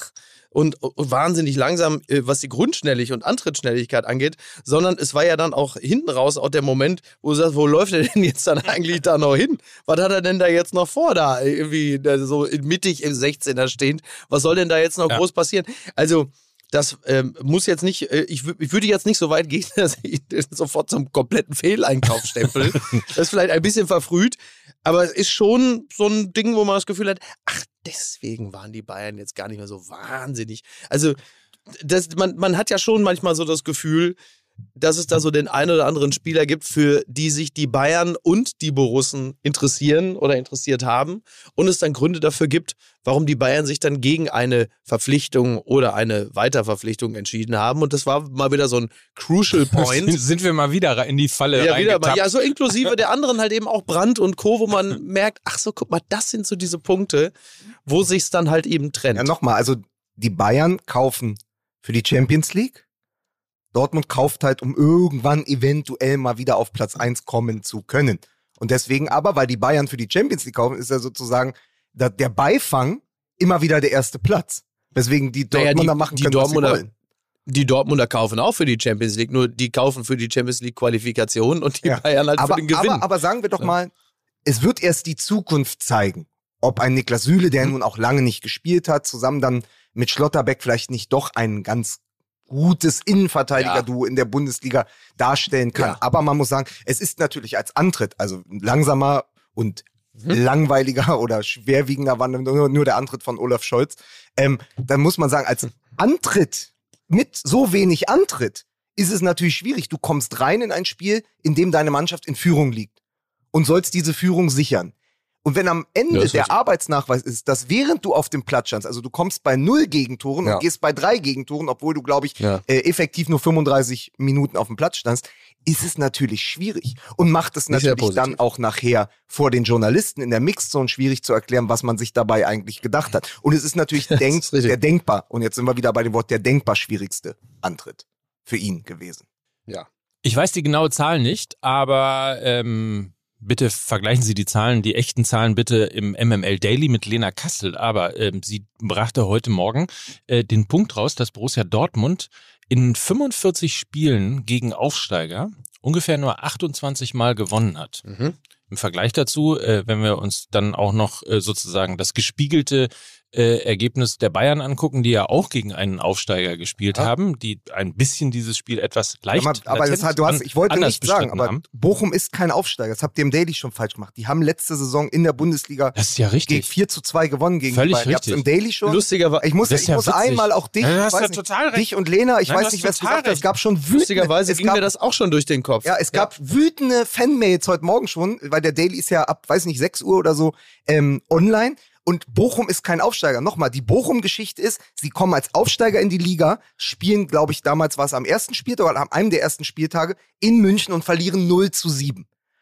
und, und wahnsinnig langsam, äh, was die Grundschnelligkeit und Antrittsschnelligkeit angeht, sondern es war ja dann auch hinten raus auch der Moment, wo du sagst, wo läuft er denn jetzt dann eigentlich da noch hin? Was hat er denn da jetzt noch vor, da irgendwie da so mittig im sechzehner stehend? Was soll denn da jetzt noch ja. groß passieren? Also das ähm, muss jetzt nicht, äh, ich, ich würde jetzt nicht so weit gehen, dass ich sofort zum kompletten Fehleinkauf stempel. Das ist vielleicht ein bisschen verfrüht, aber es ist schon so ein Ding, wo man das Gefühl hat, ach, deswegen waren die Bayern jetzt gar nicht mehr so wahnsinnig. Also das, man, man hat ja schon manchmal so das Gefühl, dass es da so den einen oder anderen Spieler gibt, für die sich die Bayern und die Borussen interessieren oder interessiert haben und es dann Gründe dafür gibt, warum die Bayern sich dann gegen eine Verpflichtung oder eine Weiterverpflichtung entschieden haben. Und das war mal wieder so ein Crucial Point. Sind wir mal wieder in die Falle ja, wieder mal, reingetappt. ja, so inklusive der anderen halt eben auch Brandt und Co., wo man merkt, ach so, guck mal, das sind so diese Punkte, wo sich's dann halt eben trennt. Ja, nochmal, also die Bayern kaufen für die Champions League. Dortmund kauft halt, um irgendwann eventuell mal wieder auf Platz eins kommen zu können. Und deswegen aber, weil die Bayern für die Champions League kaufen, ist ja sozusagen der Beifang immer wieder der erste Platz. Weswegen die Dortmunder naja, die, machen die können, Dortmunder, was sie wollen. Die Dortmunder kaufen auch für die Champions League, nur die kaufen für die Champions League Qualifikation und die Ja. Bayern halt aber, für den Gewinn. Aber, aber sagen wir doch mal, es wird erst die Zukunft zeigen, ob ein Niklas Süle, der Mhm. nun auch lange nicht gespielt hat, zusammen dann mit Schlotterbeck vielleicht nicht doch einen ganz gutes Innenverteidiger-Duo in der Bundesliga darstellen kann. Ja. Aber man muss sagen, es ist natürlich als Antritt, also langsamer und Mhm. langweiliger oder schwerwiegender war nur, nur der Antritt von Olaf Scholz. Ähm, dann muss man sagen, als Antritt, mit so wenig Antritt, ist es natürlich schwierig. Du kommst rein in ein Spiel, in dem deine Mannschaft in Führung liegt und sollst diese Führung sichern. Und wenn am Ende Ja, ist der richtig. Arbeitsnachweis ist, dass während du auf dem Platz standst, also du kommst bei null Gegentoren Ja. und gehst bei drei Gegentoren, obwohl du, glaube ich, Ja. äh, effektiv nur fünfunddreißig Minuten auf dem Platz standst, ist es natürlich schwierig. Und macht es Ist sehr natürlich positiv. dann auch nachher vor den Journalisten in der Mixzone schwierig zu erklären, was man sich dabei eigentlich gedacht hat. Und es ist natürlich Das denk ist richtig. der denkbar, und jetzt sind wir wieder bei dem Wort, der denkbar schwierigste Antritt für ihn gewesen. Ja. Ich weiß die genaue Zahl nicht, aber ähm, bitte vergleichen Sie die Zahlen, die echten Zahlen bitte im M M L Daily mit Lena Kassel. Aber ähm, sie brachte heute Morgen äh, den Punkt raus, dass Borussia Dortmund in fünfundvierzig Spielen gegen Aufsteiger ungefähr nur achtundzwanzig Mal gewonnen hat. Mhm. Im Vergleich dazu, äh, wenn wir uns dann auch noch äh, sozusagen das gespiegelte äh, Ergebnis der Bayern angucken, die ja auch gegen einen Aufsteiger gespielt Ja. haben, die ein bisschen dieses Spiel etwas leicht aber aber das latent hat, du hast, an- ich wollte anders nicht sagen, bestritten aber haben. Bochum ist kein Aufsteiger. Das habt ihr im Daily schon falsch gemacht. Die haben letzte Saison in der Bundesliga Das ist ja gegen richtig. vier zu zwei gewonnen gegen Völlig die Bayern. Ihr habt's richtig. im Daily schon. Lustigerweise, Ich muss, Das ist ich ja muss witzig. einmal auch dich, Ja, du hast ich weiß ja nicht, total recht. dich und Lena, ich Nein, du weiß hast nicht, wer es total gesagt hat. Es recht. gab schon wütende, lustigerweise es ging gab, mir das auch schon durch den Kopf. ja, es gab wütende Fanmails heute Morgen schon, weil der Daily ist ja ab, weiß nicht, sechs Uhr oder so ähm, online. Und Bochum ist kein Aufsteiger. Nochmal, die Bochum-Geschichte ist, sie kommen als Aufsteiger in die Liga, spielen, glaube ich, damals war es am ersten Spieltag oder an einem der ersten Spieltage in München und verlieren null zu sieben.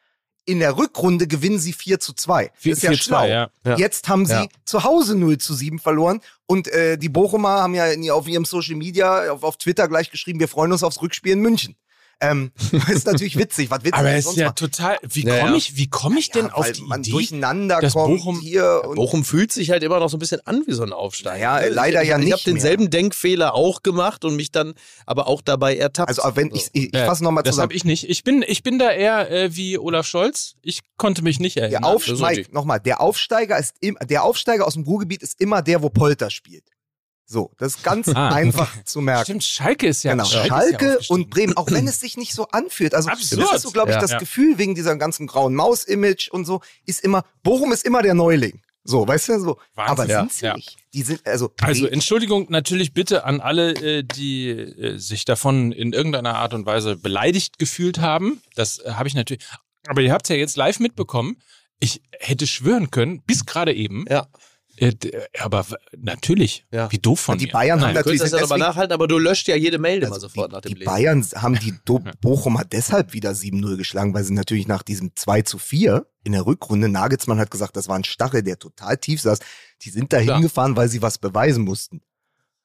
In der Rückrunde gewinnen sie vier zu zwei. Vier- Das ist ja vier zu zwei, schlau. ja. Ja. Jetzt haben sie Ja. zu Hause null zu sieben verloren und äh, die Bochumer haben ja in, auf ihrem Social Media, auf, auf Twitter gleich geschrieben, wir freuen uns aufs Rückspiel in München. Ähm, das ist natürlich witzig. Was willst du Aber denn es ist sonst ja machen? total. Wie Ja, komme ja. ich, wie komm ich denn Ja, auf weil die man Idee? durcheinander dass kommt Bochum- hier und Bochum fühlt sich halt immer noch so ein bisschen an wie so ein Aufsteiger. Ja, Also leider ich, ja ich, Ich nicht habe denselben mehr. Denkfehler auch gemacht und mich dann aber auch dabei ertappt. also wenn So. ich, ich, ich Ja, fasse nochmal Das zusammen. habe ich nicht. Ich bin, ich bin da eher äh, wie Olaf Scholz. Ich konnte mich nicht erinnern. Der, Auf das ist Mike, richtig. nochmal, der Aufsteiger ist im, der Aufsteiger aus dem Ruhrgebiet ist immer der, wo Polter spielt. So, das ist ganz Ah. einfach zu merken. Stimmt, Schalke ist ja Genau, Schalke, Schalke, ist ja und Bremen, auch wenn es sich nicht so anfühlt. Also Absurd. das ist so, glaube ich, Ja. das Ja. Gefühl wegen dieser ganzen grauen Maus-Image und so, ist immer, Bochum ist immer der Neuling. So, weißt du, so. Wahnsinn. Aber Ja. sind sie Ja. nicht. Die sind, also, Also Entschuldigung natürlich bitte an alle, äh, die äh, sich davon in irgendeiner Art und Weise beleidigt gefühlt haben. Das äh, habe ich natürlich. Aber ihr habt es ja jetzt live mitbekommen. Ich hätte schwören können, bis gerade eben. Ja. Äh, d- aber w- natürlich. Ja. Wie doof von die mir. Bayern haben Nein. Du natürlich könntest das ja nochmal deswegen- nachhalten, aber du löscht ja jede Mail immer Also sofort die, nach dem die Lesen. Bayern haben die Do Bochum hat deshalb wieder sieben null geschlagen, weil sie natürlich nach diesem zwei zu vier in der Rückrunde, Nagelsmann hat gesagt, das war ein Stachel, der total tief saß. Die sind da Klar. hingefahren, weil sie was beweisen mussten.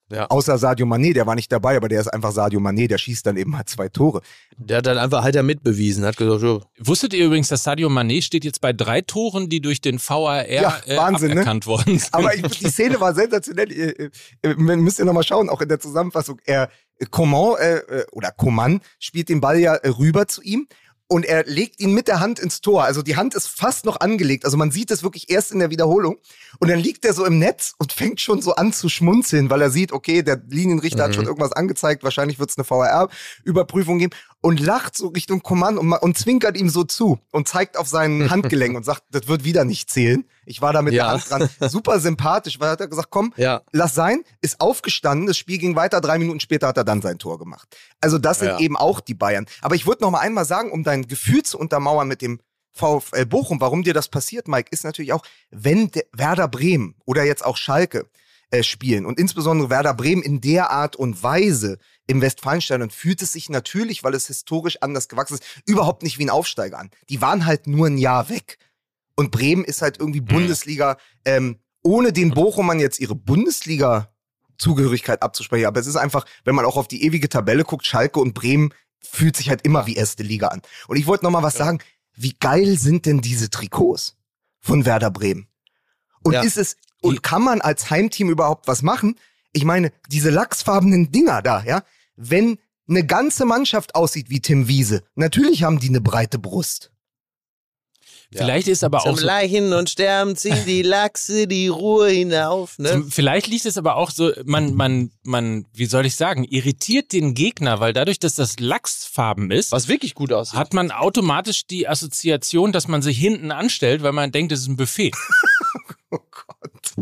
Ja. Außer Sadio Mané, der war nicht dabei, aber der ist einfach Sadio Mané, der schießt dann eben halt zwei Tore. Der hat dann einfach halt ja mitbewiesen, hat gesagt, so. Wusstet ihr übrigens, dass Sadio Mané steht jetzt bei drei Toren, die durch den V A R Ja, äh, Wahnsinn, aberkannt ne? worden sind? Aber ich, die Szene war sensationell. Ihr, ihr, müsst ihr nochmal schauen, auch in der Zusammenfassung. Er, Coman, äh, oder Coman spielt den Ball ja äh, rüber zu ihm. Und er legt ihn mit der Hand ins Tor. Also die Hand ist fast noch angelegt. Also man sieht es wirklich erst in der Wiederholung. Und dann liegt er so im Netz und fängt schon so an zu schmunzeln, weil er sieht, okay, der Linienrichter mhm. hat schon irgendwas angezeigt. Wahrscheinlich wird es eine V R R-Überprüfung geben. Und lacht so Richtung Coman und, und zwinkert ihm so zu und zeigt auf seinen Handgelenk und sagt, das wird wieder nicht zählen. Ich war da mit ja. der Hand dran. Super sympathisch, weil er hat gesagt, komm, ja. lass sein. Ist aufgestanden, das Spiel ging weiter. Drei Minuten später hat er dann sein Tor gemacht. Also das sind ja. eben auch die Bayern. Aber ich würde noch mal einmal sagen, um dein Gefühl zu untermauern mit dem VfL Bochum, warum dir das passiert, Mike, ist natürlich auch, wenn der Werder Bremen oder jetzt auch Schalke äh, spielen und insbesondere Werder Bremen in der Art und Weise im Westfalenstadion, fühlt es sich natürlich, weil es historisch anders gewachsen ist, überhaupt nicht wie ein Aufsteiger an. Die waren halt nur ein Jahr weg. Und Bremen ist halt irgendwie Bundesliga, ähm, ohne den Bochumern jetzt ihre Bundesliga-Zugehörigkeit abzusprechen. Aber es ist einfach, wenn man auch auf die ewige Tabelle guckt, Schalke und Bremen fühlt sich halt immer wie erste Liga an. Und ich wollte noch mal was ja. sagen. Wie geil sind denn diese Trikots von Werder Bremen? Und ja. ist es, und kann man als Heimteam überhaupt was machen? Ich meine, diese lachsfarbenen Dinger da, ja, wenn eine ganze Mannschaft aussieht wie Tim Wiese, natürlich haben die eine breite Brust. Vielleicht ist aber Zum auch so, Leichen und Sterben ziehen die Lachse die Ruhe hinauf. Ne? zum, vielleicht liegt es aber auch so, man, man, man, wie soll ich sagen, irritiert den Gegner, weil dadurch, dass das Lachsfarben ist, was wirklich gut aussieht, hat man automatisch die Assoziation, dass man sich hinten anstellt, weil man denkt, es ist ein Buffet. Oh Gott.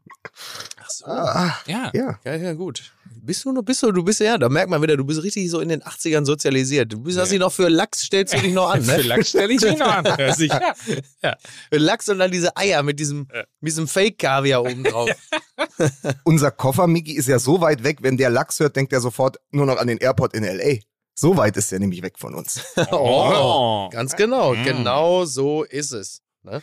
Ach so. Ah, Ja. ja. Ja, ja, gut. Bist du, bist du, du bist ja, da merkt man wieder, du bist richtig so in den achtzigern sozialisiert. Du bist, hast dich noch für Lachs, stellst du dich noch an, ne? Für Lachs stelle ich mich noch an. Ja, sicher. Ja. Für Lachs und dann diese Eier mit diesem, Ja. mit diesem Fake-Kaviar oben drauf. Unser Koffer, Miki, ist ja so weit weg, wenn der Lachs hört, denkt er sofort nur noch an den Airport in L A. So weit ist er nämlich weg von uns. Oh, ganz genau, Mm. genau so ist es. Ne?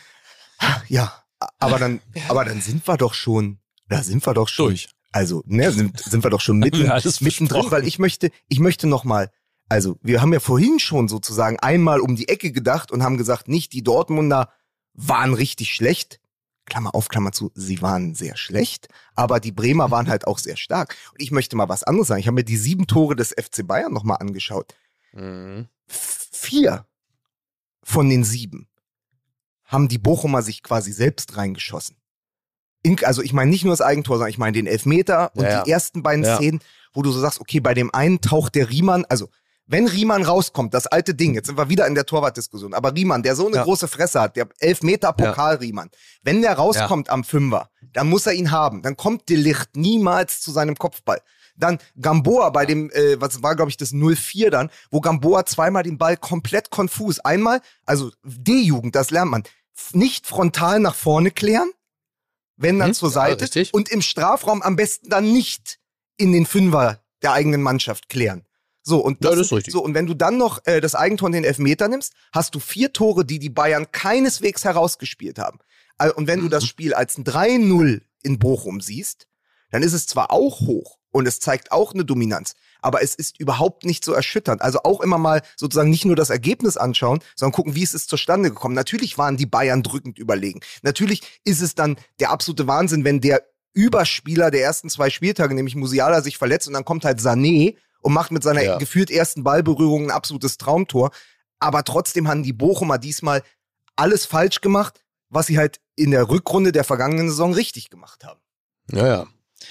Ja, aber dann, aber dann sind wir doch schon, da sind wir doch schon. Durch. Also, ne, sind, sind wir doch schon mitten, Alles mittendrin, besprochen. weil ich möchte, ich möchte noch mal, also, wir haben ja vorhin schon sozusagen einmal um die Ecke gedacht und haben gesagt, nicht die Dortmunder waren richtig schlecht. Klammer auf, Klammer zu, sie waren sehr schlecht, aber die Bremer waren halt auch sehr stark. Und ich möchte mal was anderes sagen. Ich habe mir die sieben Tore des F C Bayern noch mal angeschaut. Mhm. Vier von den sieben haben die Bochumer sich quasi selbst reingeschossen. In, also ich meine nicht nur das Eigentor, sondern ich meine den Elfmeter und Ja, ja. die ersten beiden Ja. Szenen, wo du so sagst, okay, bei dem einen taucht der Riemann, also wenn Riemann rauskommt, das alte Ding, jetzt sind wir wieder in der Torwartdiskussion, aber Riemann, der so eine Ja. große Fresse hat, der Elfmeter-Pokal-Riemann, wenn der rauskommt am Fünfer, dann muss er ihn haben. Dann kommt De Ligt niemals zu seinem Kopfball. Dann Gamboa bei dem, äh, was war, glaube ich, das null vier dann, wo Gamboa zweimal den Ball komplett konfus, einmal, also D-Jugend, das lernt man, f- nicht frontal nach vorne klären, wenn dann Mhm, zur ja, Seite richtig. und im Strafraum am besten dann nicht in den Fünfer der eigenen Mannschaft klären. So, und Ja, das, das ist richtig. so, und wenn du dann noch äh, das Eigentor und den Elfmeter nimmst, hast du vier Tore, die die Bayern keineswegs herausgespielt haben. Äh, Und wenn du das Spiel als ein drei null in Bochum siehst, dann ist es zwar auch hoch und es zeigt auch eine Dominanz, aber es ist überhaupt nicht so erschütternd. Also auch immer mal sozusagen nicht nur das Ergebnis anschauen, sondern gucken, wie ist es zustande gekommen. Natürlich waren die Bayern drückend überlegen. Natürlich ist es dann der absolute Wahnsinn, wenn der Überspieler der ersten zwei Spieltage, nämlich Musiala, sich verletzt und dann kommt halt Sané und macht mit seiner Ja. gefühlt ersten Ballberührung ein absolutes Traumtor. Aber trotzdem haben die Bochumer diesmal alles falsch gemacht, was sie halt in der Rückrunde der vergangenen Saison richtig gemacht haben. Ja, ja.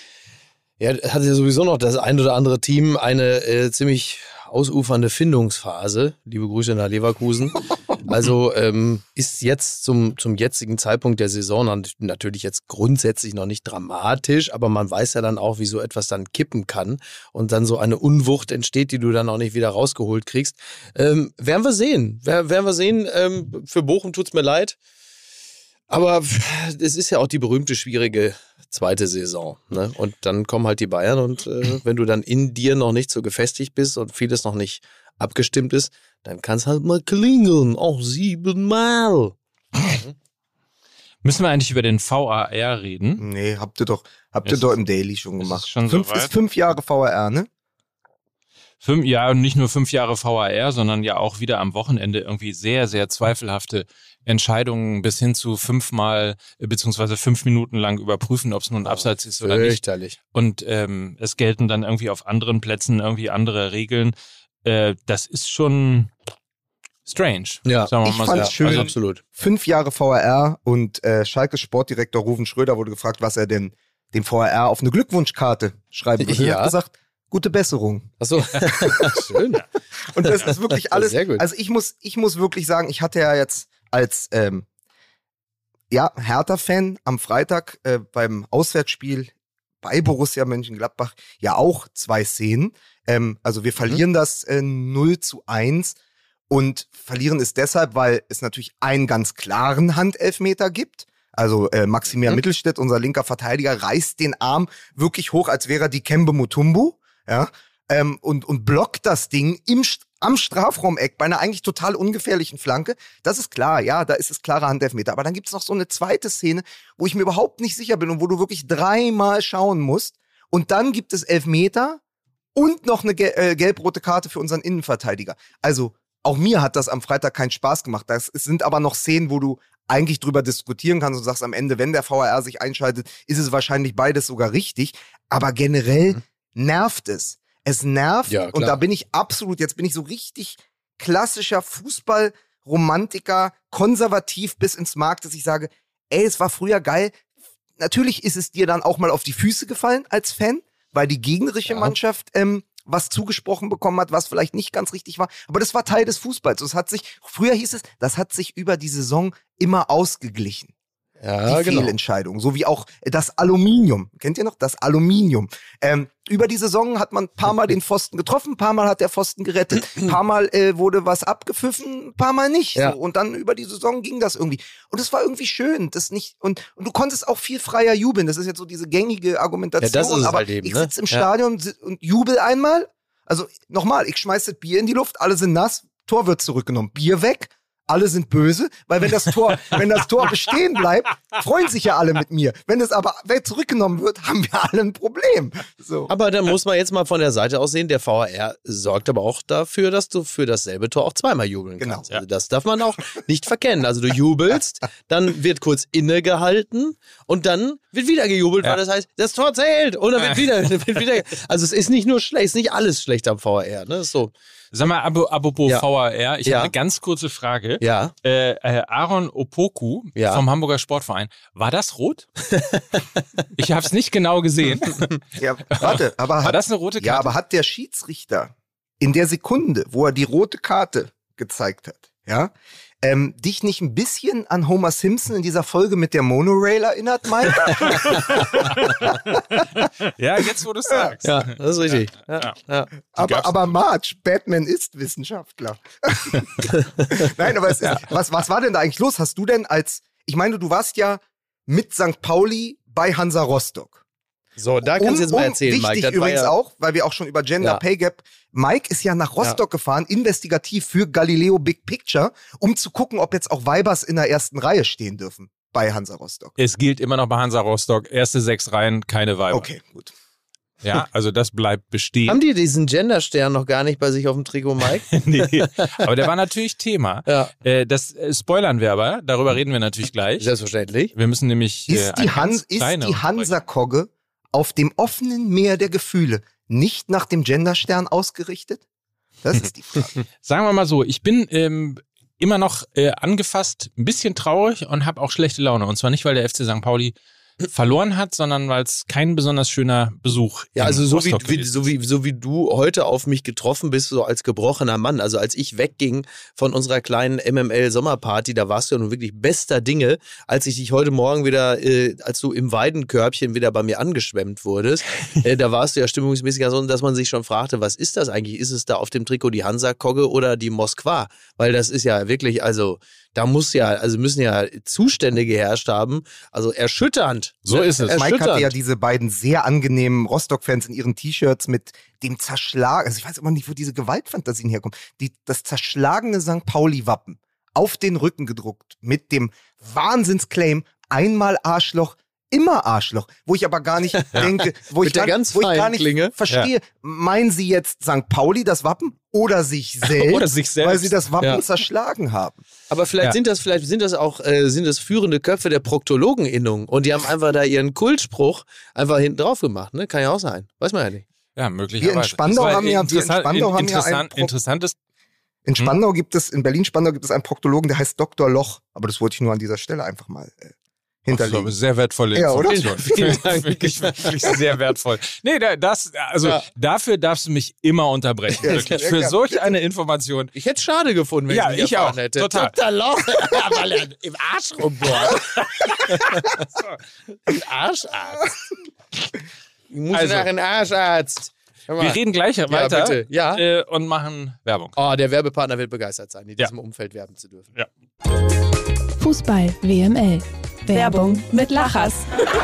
Ja, hatte ja sowieso noch das ein oder andere Team eine äh, ziemlich ausufernde Findungsphase. Liebe Grüße nach Leverkusen. Also ähm, ist jetzt zum, zum jetzigen Zeitpunkt der Saison nat- natürlich jetzt grundsätzlich noch nicht dramatisch, aber man weiß ja dann auch, wie so etwas dann kippen kann und dann so eine Unwucht entsteht, die du dann auch nicht wieder rausgeholt kriegst. Ähm, werden wir sehen. Wer, werden wir sehen. Ähm, für Bochum tut's mir leid. Aber es ist ja auch die berühmte, schwierige zweite Saison. Ne? Und dann kommen halt die Bayern und äh, wenn du dann in dir noch nicht so gefestigt bist und vieles noch nicht abgestimmt ist, dann kann es halt mal klingeln. Auch siebenmal. Müssen wir eigentlich über den V A R reden? Nee, habt ihr doch, habt ihr Ist doch es- im Daily schon ist es gemacht. schon fünf, soweit? ist fünf Jahre V R R, ne? Fünf, ja, und nicht nur fünf Jahre V A R, sondern ja auch wieder am Wochenende irgendwie sehr, sehr zweifelhafte Entscheidungen bis hin zu fünfmal äh, beziehungsweise fünf Minuten lang überprüfen, ob es nun Abseits ist oder nicht. Fürchterlich. Und ähm, es gelten dann irgendwie auf anderen Plätzen irgendwie andere Regeln. Äh, das ist schon strange. Ja, sagen wir ich mal fand's so. schön. Also, Absolut. Fünf Jahre V R R und äh, Schalkes Sportdirektor Ruven Schröder wurde gefragt, was er denn dem V R R auf eine Glückwunschkarte schreiben würde. Ja. Er hat gesagt, gute Besserung. Achso. Schön. Und das ist wirklich alles. Sehr gut. Also ich muss, ich muss wirklich sagen, ich hatte ja jetzt als ähm, ja, Hertha-Fan am Freitag äh, beim Auswärtsspiel bei Borussia Mönchengladbach ja auch zwei Szenen. Ähm, also wir verlieren das äh, null zu eins und verlieren es deshalb, weil es natürlich einen ganz klaren Handelfmeter gibt. Also äh, Maximilian Mhm. Mittelstädt, unser linker Verteidiger, reißt den Arm wirklich hoch, als wäre er die Kembe Mutombo, ja, ähm, und, und blockt das Ding im, St- am Strafraumeck bei einer eigentlich total ungefährlichen Flanke. Das ist klar, ja, da ist es klarer Handelfmeter. Aber dann gibt's noch so eine zweite Szene, wo ich mir überhaupt nicht sicher bin und wo du wirklich dreimal schauen musst. Und dann gibt es Elfmeter und noch eine gel- äh, gelb-rote Karte für unseren Innenverteidiger. Also auch mir hat das am Freitag keinen Spaß gemacht. Das es sind aber noch Szenen, wo du eigentlich drüber diskutieren kannst und sagst am Ende, wenn der V R R sich einschaltet, ist es wahrscheinlich beides sogar richtig. Aber generell Mhm. nervt es. Es nervt Ja, und klar. da bin ich absolut, jetzt bin ich so richtig klassischer Fußballromantiker, konservativ bis ins Mark, dass ich sage, ey, es war früher geil. Natürlich ist es dir dann auch mal auf die Füße gefallen als Fan, weil die gegnerische Ja. Mannschaft ähm, was zugesprochen bekommen hat, was vielleicht nicht ganz richtig war. Aber das war Teil des Fußballs. Es hat sich, früher hieß es, das hat sich über die Saison immer ausgeglichen. Ja, Die genau. Fehlentscheidung. So wie auch das Aluminium. Kennt ihr noch? Das Aluminium. Ähm, über die Saison hat man ein paar Mal den Pfosten getroffen, ein paar Mal hat der Pfosten gerettet, ein paar Mal äh, wurde was abgepfiffen, ein paar Mal nicht. Ja. So. Und dann über die Saison ging das irgendwie. Und es war irgendwie schön. Das nicht, und, und du konntest auch viel freier jubeln. Das ist jetzt so diese gängige Argumentation. Ja, das ist es aber halt eben, ich ne? sitze im Ja. Stadion si- und jubel einmal. Also nochmal, ich schmeiß das Bier in die Luft, alle sind nass, Tor wird zurückgenommen, Bier weg. Alle sind böse, weil wenn das Tor, wenn das Tor bestehen bleibt, freuen sich ja alle mit mir. Wenn es aber weg zurückgenommen wird, haben wir alle ein Problem. So. Aber dann muss man jetzt mal von der Seite aus sehen, der V R R sorgt aber auch dafür, dass du für dasselbe Tor auch zweimal jubeln Genau. kannst. Also das darf man auch nicht verkennen. Also du jubelst, dann wird kurz innegehalten und dann wird wieder gejubelt, Ja. weil das heißt, das Tor zählt und dann wird wieder, wird wieder. Also es ist nicht nur schlecht, es ist nicht alles schlecht am V R R. Ne? Das ist so. sag mal, abo- apropos Ja. V A R, ich Ja. habe eine ganz kurze Frage. Ja. Äh, äh, Aaron Opoku Ja. vom Hamburger Sportverein, war das rot? Ich habe es nicht genau gesehen. Ja, warte, aber War hat, das eine rote Karte? ja, aber hat der Schiedsrichter in der Sekunde, wo er die rote Karte gezeigt hat, ja, ähm, dich nicht ein bisschen an Homer Simpson in dieser Folge mit der Monorail erinnert, Mike? Ja, jetzt wo du es sagst. Ja, das ist richtig. Ja. Ja. Ja. aber, gab's aber Marge, Batman ist Wissenschaftler. Nein, aber es ist, was, was war denn da eigentlich los? Hast du denn als, ich meine, du warst ja mit Sankt Pauli bei Hansa Rostock. So, da kannst du jetzt mal erzählen, wichtig Mike. Das war übrigens ja, auch, weil wir auch schon über Gender Ja. Pay Gap. Mike ist ja nach Rostock gefahren, investigativ für Galileo Big Picture, um zu gucken, ob jetzt auch Weibers in der ersten Reihe stehen dürfen bei Hansa Rostock. Es gilt immer noch bei Hansa Rostock, erste sechs Reihen, keine Weiber. Okay, gut. Ja, also das bleibt bestehen. Haben die diesen Genderstern noch gar nicht bei sich auf dem Trikot, Mike? Nee, aber der war natürlich Thema. Ja. Äh, das äh, spoilern wir aber, darüber reden wir natürlich gleich. Selbstverständlich. Wir müssen nämlich äh, Ist die, eine Han ganz ist kleine die Hansa-Kogge auf dem offenen Meer der Gefühle nicht nach dem Genderstern ausgerichtet? Das ist die Frage. Sagen wir mal so, ich bin ähm, immer noch äh, angefasst, ein bisschen traurig und habe auch schlechte Laune. Und zwar nicht, weil der F C Sankt Pauli verloren hat, sondern weil es kein besonders schöner Besuch Ja, in also so wie, Rostock wie, gewesen so, wie, so wie du heute auf mich getroffen bist, so als gebrochener Mann. Also als ich wegging von unserer kleinen M M L-Sommerparty, da warst du ja nun wirklich bester Dinge, als ich dich heute Morgen wieder, äh, als du im Weidenkörbchen wieder bei mir angeschwemmt wurdest, äh, da warst du ja stimmungsmäßig so, dass man sich schon fragte, was ist das eigentlich? Ist es da auf dem Trikot die Hansa-Kogge oder die Moskwa? Weil das ist ja wirklich, also da muss ja, also müssen ja Zustände geherrscht haben, also erschütternd. So ist es. Mike hatte Erschütternd. ja diese beiden sehr angenehmen Rostock-Fans in ihren T-Shirts mit dem Zerschlag, also ich weiß immer nicht, wo diese Gewaltfantasien herkommen, die, das zerschlagene Sankt Pauli-Wappen auf den Rücken gedruckt mit dem Wahnsinnsclaim einmal Arschloch, immer Arschloch. Wo ich aber gar nicht denke, wo, ich Mit der gar, ganz wo ich gar feinen nicht Klinge. verstehe, meinen sie jetzt Sankt Pauli, das Wappen, oder sich selbst, Oder sich selbst. weil sie das Wappen Ja. zerschlagen haben. Aber vielleicht Ja. sind das, vielleicht sind das auch, äh, sind das führende Köpfe der Proktologeninnung und die haben einfach da ihren Kultspruch einfach hinten drauf gemacht, ne? Kann ja auch sein. Weiß man ja nicht. Ja, möglicherweise. Wir in Spandau Das war haben ja- wir in interessant- Spandau haben ja interessant, einen Pro- interessantes. In Spandau gibt es, in Berlin-Spandau gibt es einen Proktologen, der heißt Doktor Loch. Aber das wollte ich nur an dieser Stelle einfach mal äh, hinterlegen. Das ist sehr wertvolle Ja, oder? Information. Vielen Dank. wirklich, wirklich sehr wertvoll. Nee, da- das, also Ja. dafür darfst du mich immer unterbrechen. Ja, wirklich. sehr Für gerne. solch eine Information. Ich hätte es schade gefunden, wenn Ja, ich nicht ich erfahren auch. hätte. Total. Doktor Loch, weil er im Arsch rumbohrt. Ein Arscharzt. Ich muss Also. nach einem Arscharzt. Hör mal. Wir reden gleich weiter bitte. Ja. Äh, und machen Werbung. Oh, der Werbepartner wird begeistert sein, in Ja. diesem Umfeld werben zu dürfen. Ja. Fußball W M L. Werbung mit Lachers.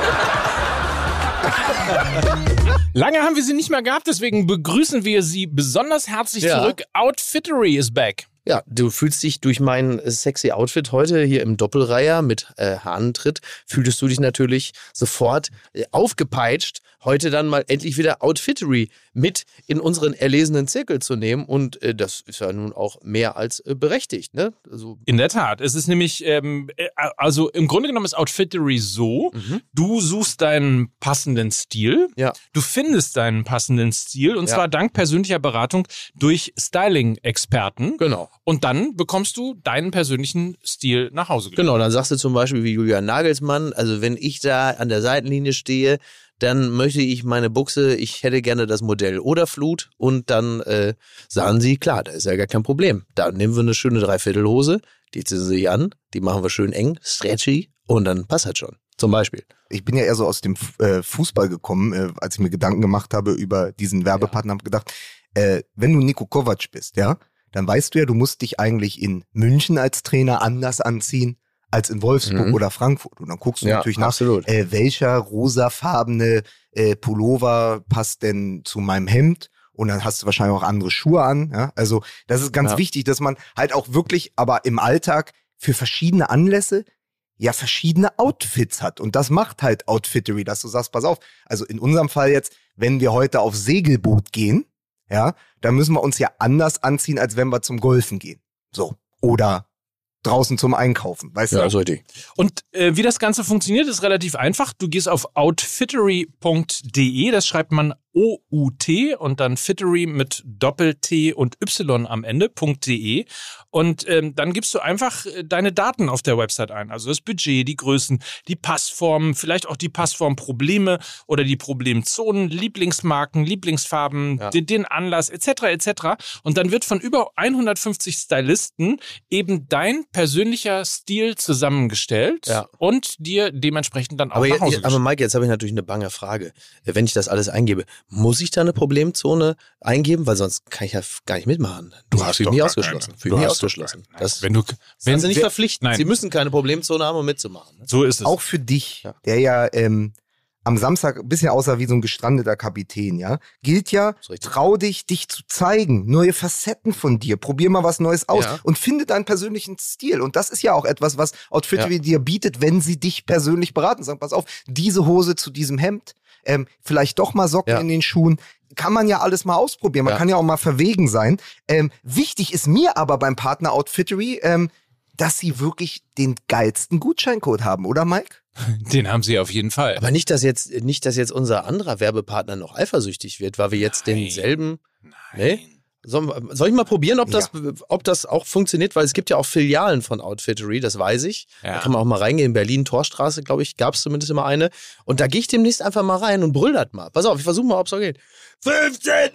Lange haben wir sie nicht mehr gehabt, deswegen begrüßen wir sie besonders herzlich Ja. zurück. Outfittery is back. Ja, du fühlst dich durch mein äh, sexy Outfit heute hier im Doppelreiher mit äh, Hahnentritt, fühltest du dich natürlich sofort äh, aufgepeitscht, heute dann mal endlich wieder Outfittery mit in unseren erlesenen Zirkel zu nehmen. Und äh, das ist ja nun auch mehr als äh, berechtigt, ne? Also, In der Tat. Es ist nämlich, ähm, äh, also im Grunde genommen ist Outfittery so, Mhm. du suchst deinen passenden Stil, ja. du findest deinen passenden Stil und Ja. zwar dank persönlicher Beratung durch Styling-Experten. Genau. Und dann bekommst du deinen persönlichen Stil nach Hause geliefert. Genau, dann sagst du zum Beispiel wie Julian Nagelsmann, also wenn ich da an der Seitenlinie stehe, dann möchte ich meine Buchse, ich hätte gerne das Modell oder Flut und dann äh, sagen sie, klar, da ist ja gar kein Problem. Da nehmen wir eine schöne Dreiviertelhose, die ziehen sie sich an, die machen wir schön eng, stretchy und dann passt halt schon. Zum Beispiel. Ich bin ja eher so aus dem F- äh, Fußball gekommen, äh, als ich mir Gedanken gemacht habe über diesen Werbepartner, habe gedacht, äh, wenn du Niko Kovac bist, ja, dann weißt du ja, du musst dich eigentlich in München als Trainer anders anziehen als in Wolfsburg Mhm. oder Frankfurt. Und dann guckst du Ja, natürlich nach, absolut. äh, welcher rosafarbene äh, Pullover passt denn zu meinem Hemd? Und dann hast du wahrscheinlich auch andere Schuhe an. Ja? Also das ist ganz Ja. wichtig, dass man halt auch wirklich, aber im Alltag für verschiedene Anlässe ja verschiedene Outfits hat. Und das macht halt Outfittery, dass du sagst, pass auf, also in unserem Fall jetzt, wenn wir heute auf Segelboot gehen, ja, dann müssen wir uns ja anders anziehen, als wenn wir zum Golfen gehen. So. Oder draußen zum Einkaufen, weißt du? also richtig. Und äh, wie das Ganze funktioniert, ist relativ einfach. Du gehst auf outfittery punkt de, das schreibt man O U T und dann Fittery mit Doppel-T und Y am Ende, .de. Und ähm, dann gibst du einfach äh, deine Daten auf der Website ein. Also das Budget, die Größen, die Passformen, vielleicht auch die Passformprobleme oder die Problemzonen, Lieblingsmarken, Lieblingsfarben, Ja. den, den Anlass et cetera et cetera. Und dann wird von über hundertfünfzig Stylisten eben dein persönlicher Stil zusammengestellt Ja. und dir dementsprechend dann auch Aber, nach jetzt, Hause aber Mike, jetzt habe ich natürlich eine bange Frage. Wenn ich das alles eingebe, muss ich da eine Problemzone eingeben? Weil sonst kann ich ja gar nicht mitmachen. Du Das hast fühle doch ich mich gar ausgeschlossen. keine. Fühle Du mich hast doch ausgeschlossen. keine. Das Wenn du, wenn wenn sie nicht wer- verpflichten. Nein. Sie müssen keine Problemzone haben, um mitzumachen. Ne? So ist es. Auch für dich, Ja. der ja ähm, am Samstag ein bisschen aussah wie so ein gestrandeter Kapitän, ja, gilt ja, Ist richtig. trau dich, dich zu zeigen, neue Facetten von dir, probier mal was Neues aus Ja. und finde deinen persönlichen Stil. Und das ist ja auch etwas, was Outfittery Ja. dir bietet, wenn sie dich persönlich beraten. Sagen, pass auf, diese Hose zu diesem Hemd, ähm, vielleicht doch mal Socken Ja. in den Schuhen. Kann man ja alles mal ausprobieren. Man Ja. kann ja auch mal verwegen sein. Ähm, wichtig ist mir aber beim Partner Outfittery, ähm, dass sie wirklich den geilsten Gutscheincode haben, oder Mike? Den haben sie auf jeden Fall. Aber nicht, dass jetzt, nicht, dass jetzt unser anderer Werbepartner noch eifersüchtig wird, weil wir jetzt Nein. denselben. Nee? Soll, soll ich mal probieren, ob das, ob das auch funktioniert? Weil es gibt ja auch Filialen von Outfittery, das weiß ich. Ja. Da kann man auch mal reingehen. In Berlin, Torstraße, glaube ich, gab es zumindest immer eine. Und da gehe ich demnächst einfach mal rein und brüll das mal. Pass auf, ich versuche mal, ob es so geht. fünfzehn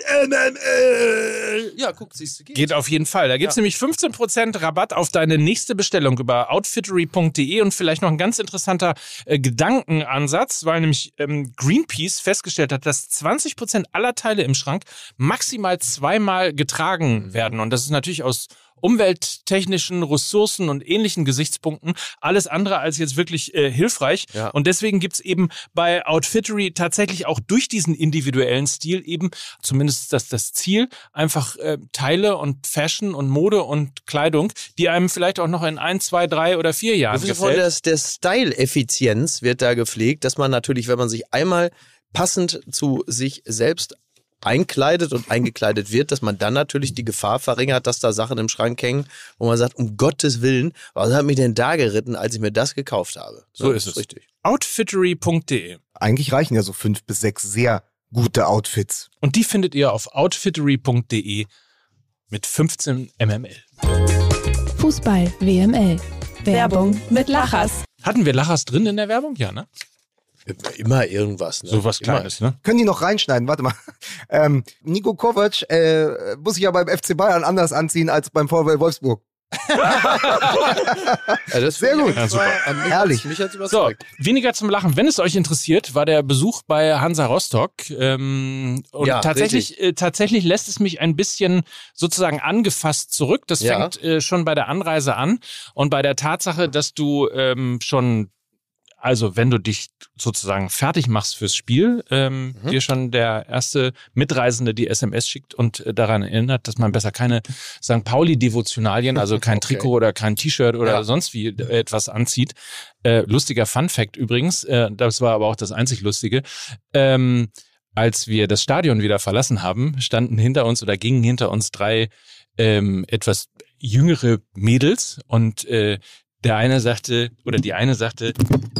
Millimeter! Ja, guck, siehst du, geht. Geht auf jeden Fall. Da gibt's Ja. nämlich fünfzehn Prozent Rabatt auf deine nächste Bestellung über outfittery punkt de und vielleicht noch ein ganz interessanter äh, Gedankenansatz, weil nämlich ähm, Greenpeace festgestellt hat, dass zwanzig Prozent aller Teile im Schrank maximal zweimal getragen Mhm. werden. Und das ist natürlich aus umwelttechnischen, Ressourcen und ähnlichen Gesichtspunkten alles andere als jetzt wirklich äh, hilfreich. Ja. Und deswegen gibt's eben bei Outfittery tatsächlich auch durch diesen individuellen Stil eben, zumindest das, das Ziel, einfach äh, Teile und Fashion und Mode und Kleidung, die einem vielleicht auch noch in ein, zwei, drei oder vier Jahren Von gefällt. der, der Style-Effizienz wird da gepflegt, dass man natürlich, wenn man sich einmal passend zu sich selbst einkleidet und eingekleidet wird, dass man dann natürlich die Gefahr verringert, dass da Sachen im Schrank hängen, wo man sagt, um Gottes Willen, was hat mich denn da geritten, als ich mir das gekauft habe? So Ja, ist es. Richtig. Outfittery punkt de. Eigentlich reichen ja so fünf bis sechs sehr gute Outfits. Und die findet ihr auf outfittery punkt de mit fünfzehn Milliliter. Fußball W M L. Werbung mit Lachers. Hatten wir Lachers drin in der Werbung? Ja, ne? Immer irgendwas. Ne? So was Immer. Kleines, ne? Können die noch reinschneiden? Warte mal. Ähm, Niko Kovac äh, muss sich ja beim F C Bayern anders anziehen als beim VfL Wolfsburg. Ja, das Sehr gut. Ja, super. Mich Herrlich. hat's- Mich hat's So, überzeugt. weniger zum Lachen. Wenn es euch interessiert, war der Besuch bei Hansa Rostock. Ähm, und Ja, tatsächlich, äh, tatsächlich lässt es mich ein bisschen sozusagen angefasst zurück. Das Ja. fängt äh, schon bei der Anreise an und bei der Tatsache, dass du ähm, schon, also wenn du dich sozusagen fertig machst fürs Spiel, ähm, Mhm. dir schon der erste Mitreisende die S M S schickt und äh, daran erinnert, dass man besser keine Sankt Pauli-Devotionalien, also kein Okay. Trikot oder kein T-Shirt oder Ja. sonst wie äh, etwas anzieht. Äh, lustiger Fun-Fact übrigens, äh, das war aber auch das einzig Lustige. Ähm, als wir das Stadion wieder verlassen haben, standen hinter uns oder gingen hinter uns drei ähm, etwas jüngere Mädels und äh, der eine sagte, oder die eine sagte,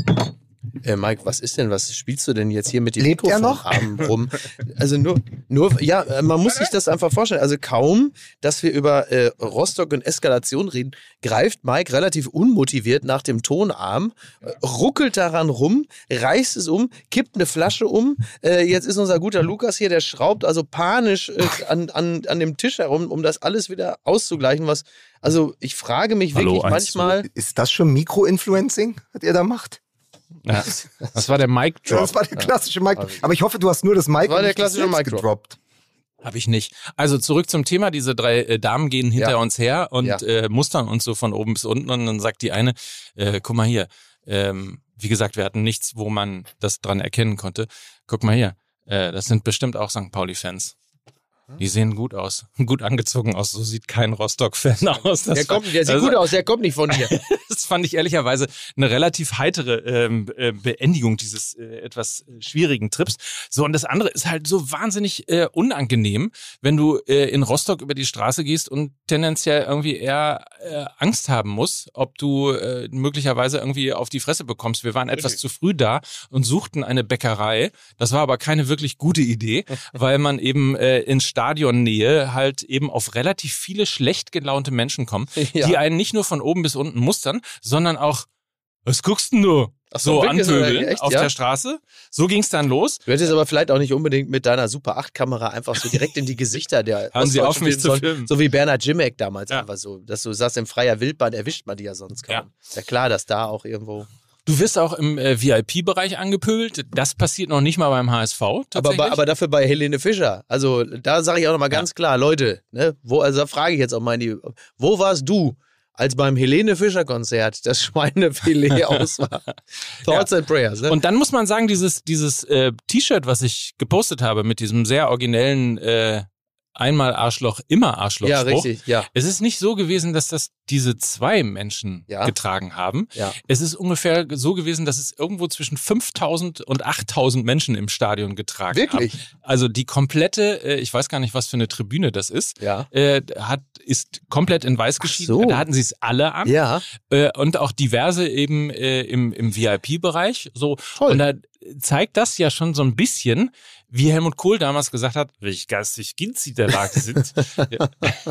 Äh, Mike, was ist denn, was spielst du denn jetzt hier mit den Lebt er noch? Mikrofonarmen rum? Also nur, nur, ja, äh, man muss sich das einfach vorstellen. Also kaum, dass wir über äh, Rostock und Eskalation reden, greift Mike relativ unmotiviert nach dem Tonarm, äh, ruckelt daran rum, reißt es um, kippt eine Flasche um. Äh, jetzt ist unser guter Lukas hier, der schraubt also panisch äh, an, an, an dem Tisch herum, um das alles wieder auszugleichen, was, also ich frage mich Hallo, wirklich eins, manchmal, Ist das schon Mikro-Influencing, was ihr da macht? ja, das war der Mic Ja, Drop. das war der klassische Mic. Aber ich hoffe, du hast nur das Mic war und der nicht das klassische selbst Mic Drop. gedroppt. Habe ich nicht. Also zurück zum Thema. Diese drei äh, Damen gehen hinter Ja. uns her und Ja. äh, mustern uns so von oben bis unten. Und dann sagt die eine, äh, guck mal hier, ähm, wie gesagt, wir hatten nichts, wo man das dran erkennen konnte. Guck mal hier, äh, das sind bestimmt auch Sankt Pauli-Fans. Die sehen gut aus, gut angezogen aus. So sieht kein Rostock-Fan aus. Das der, kommt, der sieht also- gut aus, der kommt nicht von hier. Das fand ich ehrlicherweise eine relativ heitere ähm, äh, Beendigung dieses äh, etwas äh, schwierigen Trips. So, und das andere ist halt so wahnsinnig äh, unangenehm, wenn du äh, in Rostock über die Straße gehst und tendenziell irgendwie eher äh, Angst haben musst, ob du äh, möglicherweise irgendwie auf die Fresse bekommst. Wir waren etwas zu früh da und suchten eine Bäckerei. Das war aber keine wirklich gute Idee, weil man eben äh, in Stadionnähe halt eben auf relativ viele schlecht gelaunte Menschen kommen, Ja. die einen nicht nur von oben bis unten mustern, sondern auch, was guckst denn du? Ach so, So wirklich? anpöbeln Echt, auf ja? der Straße. So ging's dann los. Du hättest aber vielleicht auch nicht unbedingt mit deiner Super acht Kamera einfach so direkt in die Gesichter der Haben sie auf Ostdeutschen mich zu filmen filmen. sollen. So wie Bernhard Jimmick damals Ja. einfach so. Dass du sagst, im freier Wildbahn erwischt man die ja sonst kaum. Ja. Ist ja klar, dass da auch irgendwo... Du wirst auch im äh, V I P-Bereich angepöbelt. Das passiert noch nicht mal beim H S V. Aber, Tatsächlich. bei, aber dafür bei Helene Fischer. Also da sage ich auch nochmal ganz klar, Leute, ne, wo, also da frage ich jetzt auch mal in die, wo warst du, als beim Helene Fischer Konzert das Schweinefilet aus war? Thoughts and Prayers, ne? Und dann muss man sagen, dieses, dieses äh, T-Shirt, was ich gepostet habe mit diesem sehr originellen äh, Einmal Arschloch, immer Arschloch. ja, richtig, ja. Es ist nicht so gewesen, dass das diese zwei Menschen Ja. getragen haben. Ja. Es ist ungefähr so gewesen, dass es irgendwo zwischen fünftausend und achttausend Menschen im Stadion getragen Wirklich? haben. Also die komplette, äh, ich weiß gar nicht, was für eine Tribüne das ist, Ja. äh, hat, ist komplett in weiß geschieden. so. Da hatten sie es alle an. Ja, Äh, und auch diverse eben äh, im, im V I P-Bereich. So. Toll. Und da zeigt das ja schon so ein bisschen, wie Helmut Kohl damals gesagt hat, welch geistig günstig der Lage sind. Ja.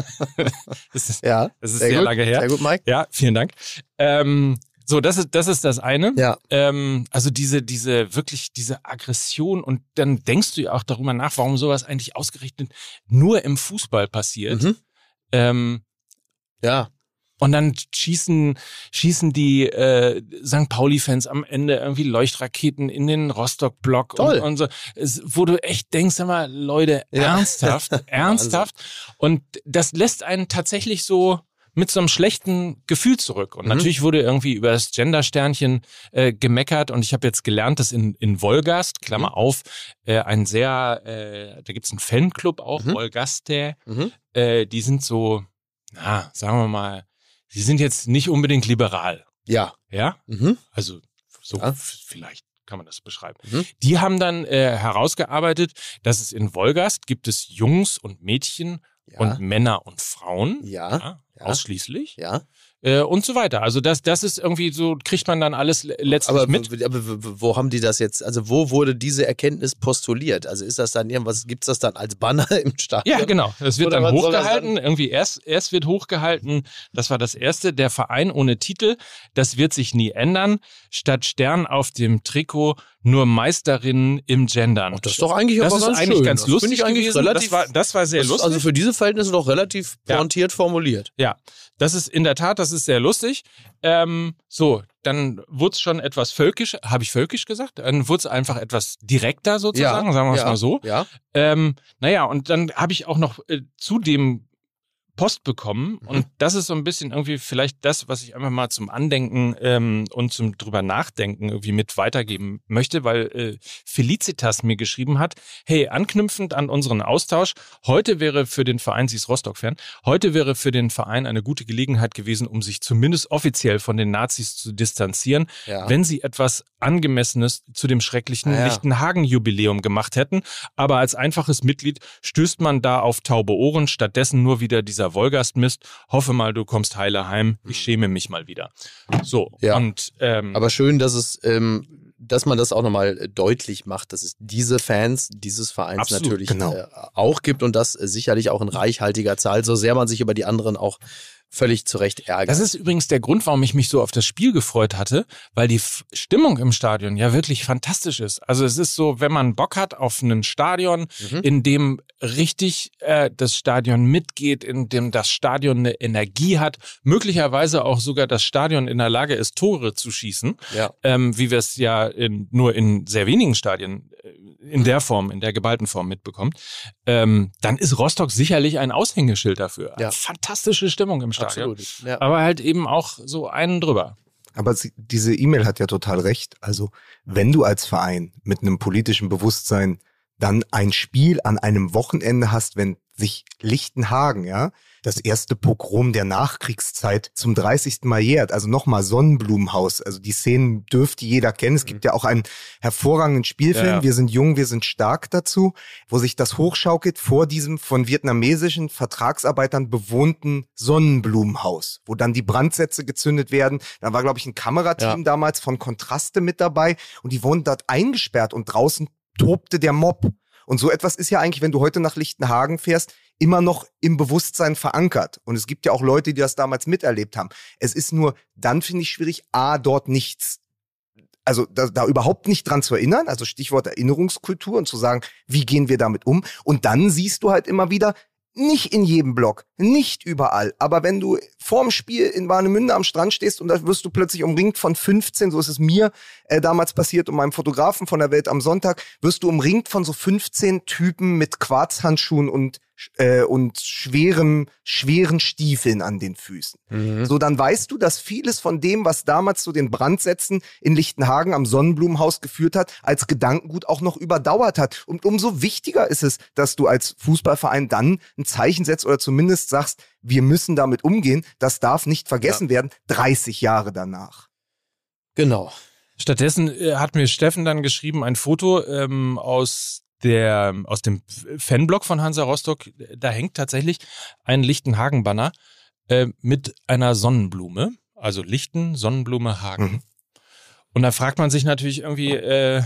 das ist, ja. das ist Sehr sehr, gut. lange her. Sehr gut, Mike. Ja, vielen Dank. Ähm, so, das ist, das ist das eine. Ja. Ähm, also diese, diese, wirklich diese Aggression und dann denkst du ja auch darüber nach, warum sowas eigentlich ausgerechnet nur im Fußball passiert. Mhm. Ähm, Ja. Und dann schießen, schießen die äh, Sankt Pauli-Fans am Ende irgendwie Leuchtraketen in den Rostock-Block und, und so. Es, wo du echt denkst, sag mal, Leute, Ja. ernsthaft, ernsthaft. Und das lässt einen tatsächlich so mit so einem schlechten Gefühl zurück. Und Mhm. natürlich wurde irgendwie über das Gender-Sternchen äh, gemeckert. Und ich habe jetzt gelernt, dass in, in Wolgast, Klammer Mhm. auf, äh, ein sehr, äh, da gibt's einen Fanclub auch, Mhm. Wolgaster, Mhm. äh, die sind so, na, sagen wir mal, sie sind jetzt nicht unbedingt liberal. Ja. Ja? Mhm. Also so Ja. f- vielleicht kann man das beschreiben. Mhm. Die haben dann äh, herausgearbeitet, dass es in Wolgast gibt es Jungs und Mädchen Ja. und Männer und Frauen. Ja. Ja, Ja. ausschließlich. Ja. Äh, und so weiter. Also das, das ist irgendwie so, kriegt man dann alles le- letztlich Aber, mit. w- aber w- w- wo haben die das jetzt, also wo wurde diese Erkenntnis postuliert? Also ist das dann irgendwas, gibt es das dann als Banner im Stadion? Ja, genau. Das wird Oder dann was soll das hochgehalten. Irgendwie erst, erst wird hochgehalten, das war das erste, der Verein ohne Titel, das wird sich nie ändern. Statt Stern auf dem Trikot nur Meisterinnen im Gendern. Ach, das ist doch eigentlich Das aber ist ganz eigentlich schön. ganz Das lustig finde ich eigentlich gewesen. relativ, das, war, das war sehr das ist lustig. Also für diese Verhältnisse doch relativ Ja. pointiert formuliert. Ja, das ist in der Tat, das ist sehr lustig. Ähm, so, dann wurde es schon etwas völkisch, habe ich völkisch gesagt? Dann wurde es einfach etwas direkter sozusagen, sagen wir es ja, mal so. Ja. Ähm, naja, und dann habe ich auch noch äh, zu dem Post bekommen Mhm. und das ist so ein bisschen irgendwie vielleicht das, was ich einfach mal zum Andenken ähm, und zum drüber nachdenken irgendwie mit weitergeben möchte, weil äh, Felicitas mir geschrieben hat, hey, anknüpfend an unseren Austausch, heute wäre für den Verein, sie ist Rostock-Fan, heute wäre für den Verein eine gute Gelegenheit gewesen, um sich zumindest offiziell von den Nazis zu distanzieren, Ja. wenn sie etwas Angemessenes zu dem schrecklichen Ah, ja. Lichtenhagen-Jubiläum gemacht hätten. Aber als einfaches Mitglied stößt man da auf taube Ohren, stattdessen nur wieder dieser Wolgast-Mist. Hoffe mal, du kommst heile heim. Ich schäme mich mal wieder. So, Ja. und ähm, Aber schön, dass es, ähm, dass man das auch nochmal äh, deutlich macht, dass es diese Fans dieses Vereins Absolut, natürlich genau. äh, auch gibt und das äh, sicherlich auch in reichhaltiger Zahl, so sehr man sich über die anderen auch völlig zu Recht ärgert. das ist übrigens der Grund, warum ich mich so auf das Spiel gefreut hatte, weil die F- Stimmung im Stadion ja wirklich fantastisch ist. Also es ist so, wenn man Bock hat auf ein Stadion, Mhm. in dem richtig äh, das Stadion mitgeht, in dem das Stadion eine Energie hat, möglicherweise auch sogar das Stadion in der Lage ist, Tore zu schießen, Ja. ähm, wie wir es ja in, nur in sehr wenigen Stadien äh, in der Form, in der geballten Form mitbekommt, ähm, dann ist Rostock sicherlich ein Aushängeschild dafür. Ja. Fantastische Stimmung im Stadion. Absolut. Ja. Aber halt eben auch so einen drüber. Aber sie, diese E-Mail hat ja total recht. Also wenn du als Verein mit einem politischen Bewusstsein dann ein Spiel an einem Wochenende hast, wenn sich Lichtenhagen, ja, das erste Pogrom der Nachkriegszeit zum dreißigsten Mal jährt, also nochmal Sonnenblumenhaus, also die Szenen dürfte jeder kennen. Es gibt ja auch einen hervorragenden Spielfilm, Ja, ja. Wir sind jung, wir sind stark dazu, wo sich das hochschaukelt vor diesem von vietnamesischen Vertragsarbeitern bewohnten Sonnenblumenhaus, wo dann die Brandsätze gezündet werden. Da war, glaube ich, ein Kamerateam Ja. damals von Kontraste mit dabei und die wurden dort eingesperrt und draußen tobte der Mob. Und so etwas ist ja eigentlich, wenn du heute nach Lichtenhagen fährst, immer noch im Bewusstsein verankert. Und es gibt ja auch Leute, die das damals miterlebt haben. Es ist nur, dann finde ich schwierig, A, dort nichts, also da, da überhaupt nicht dran zu erinnern, also Stichwort Erinnerungskultur und zu sagen, wie gehen wir damit um? Und dann siehst du halt immer wieder, nicht in jedem Block, nicht überall, aber wenn du vorm Spiel in Warnemünde am Strand stehst und da wirst du plötzlich umringt von fünfzehn, so ist es mir äh, damals passiert und meinem Fotografen von der Welt am Sonntag, wirst du umringt von so fünfzehn Typen mit Quarzhandschuhen und äh, und schweren, schweren Stiefeln an den Füßen. Mhm. So, dann weißt du, dass vieles von dem, was damals zu den Brandsätzen in Lichtenhagen am Sonnenblumenhaus geführt hat, als Gedankengut auch noch überdauert hat. Und umso wichtiger ist es, dass du als Fußballverein dann ein Zeichen setzt oder zumindest sagst, wir müssen damit umgehen. Das darf nicht vergessen werden, dreißig Jahre danach. Genau. Stattdessen äh, hat mir Steffen dann geschrieben, ein Foto ähm, aus der aus dem Fanblog von Hansa Rostock. Da hängt tatsächlich ein Lichtenhagen-Banner äh, mit einer Sonnenblume. Also Lichten, Sonnenblume, Hagen. Mhm. Und da fragt man sich natürlich irgendwie, äh,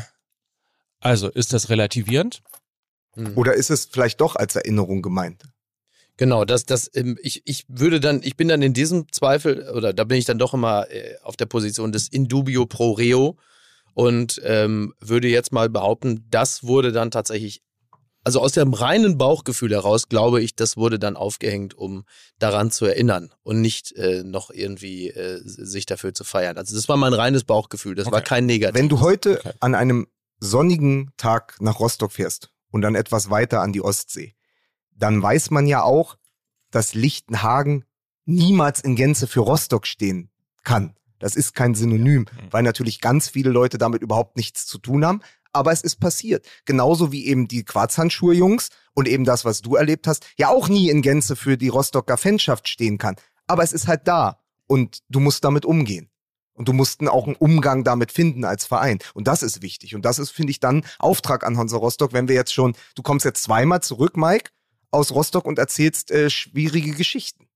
also ist das relativierend? Mhm. Oder ist es vielleicht doch als Erinnerung gemeint? Genau, das, das, ähm, ich, ich würde dann, ich bin dann in diesem Zweifel, oder da bin ich dann doch immer äh, auf der Position des in dubio pro reo und ähm, würde jetzt mal behaupten, das wurde dann tatsächlich Also aus dem reinen Bauchgefühl heraus glaube ich, das wurde dann aufgehängt, um daran zu erinnern und nicht äh, noch irgendwie äh, sich dafür zu feiern. Also das war mein reines Bauchgefühl, das okay. war kein Negativ. Wenn du heute okay. an einem sonnigen Tag nach Rostock fährst und dann etwas weiter an die Ostsee, dann weiß man ja auch, dass Lichtenhagen niemals in Gänze für Rostock stehen kann. Das ist kein Synonym, weil natürlich ganz viele Leute damit überhaupt nichts zu tun haben. Aber es ist passiert. Genauso wie eben die Quarzhandschuhe-Jungs und eben das, was du erlebt hast, ja auch nie in Gänze für die Rostocker Fanschaft stehen kann. Aber es ist halt da und du musst damit umgehen. Und du musst auch einen Umgang damit finden als Verein. Und das ist wichtig. Und das ist, finde ich, dann Auftrag an Hansa Rostock, wenn wir jetzt schon, du kommst jetzt zweimal zurück, Mike, aus Rostock und erzählst äh, schwierige Geschichten.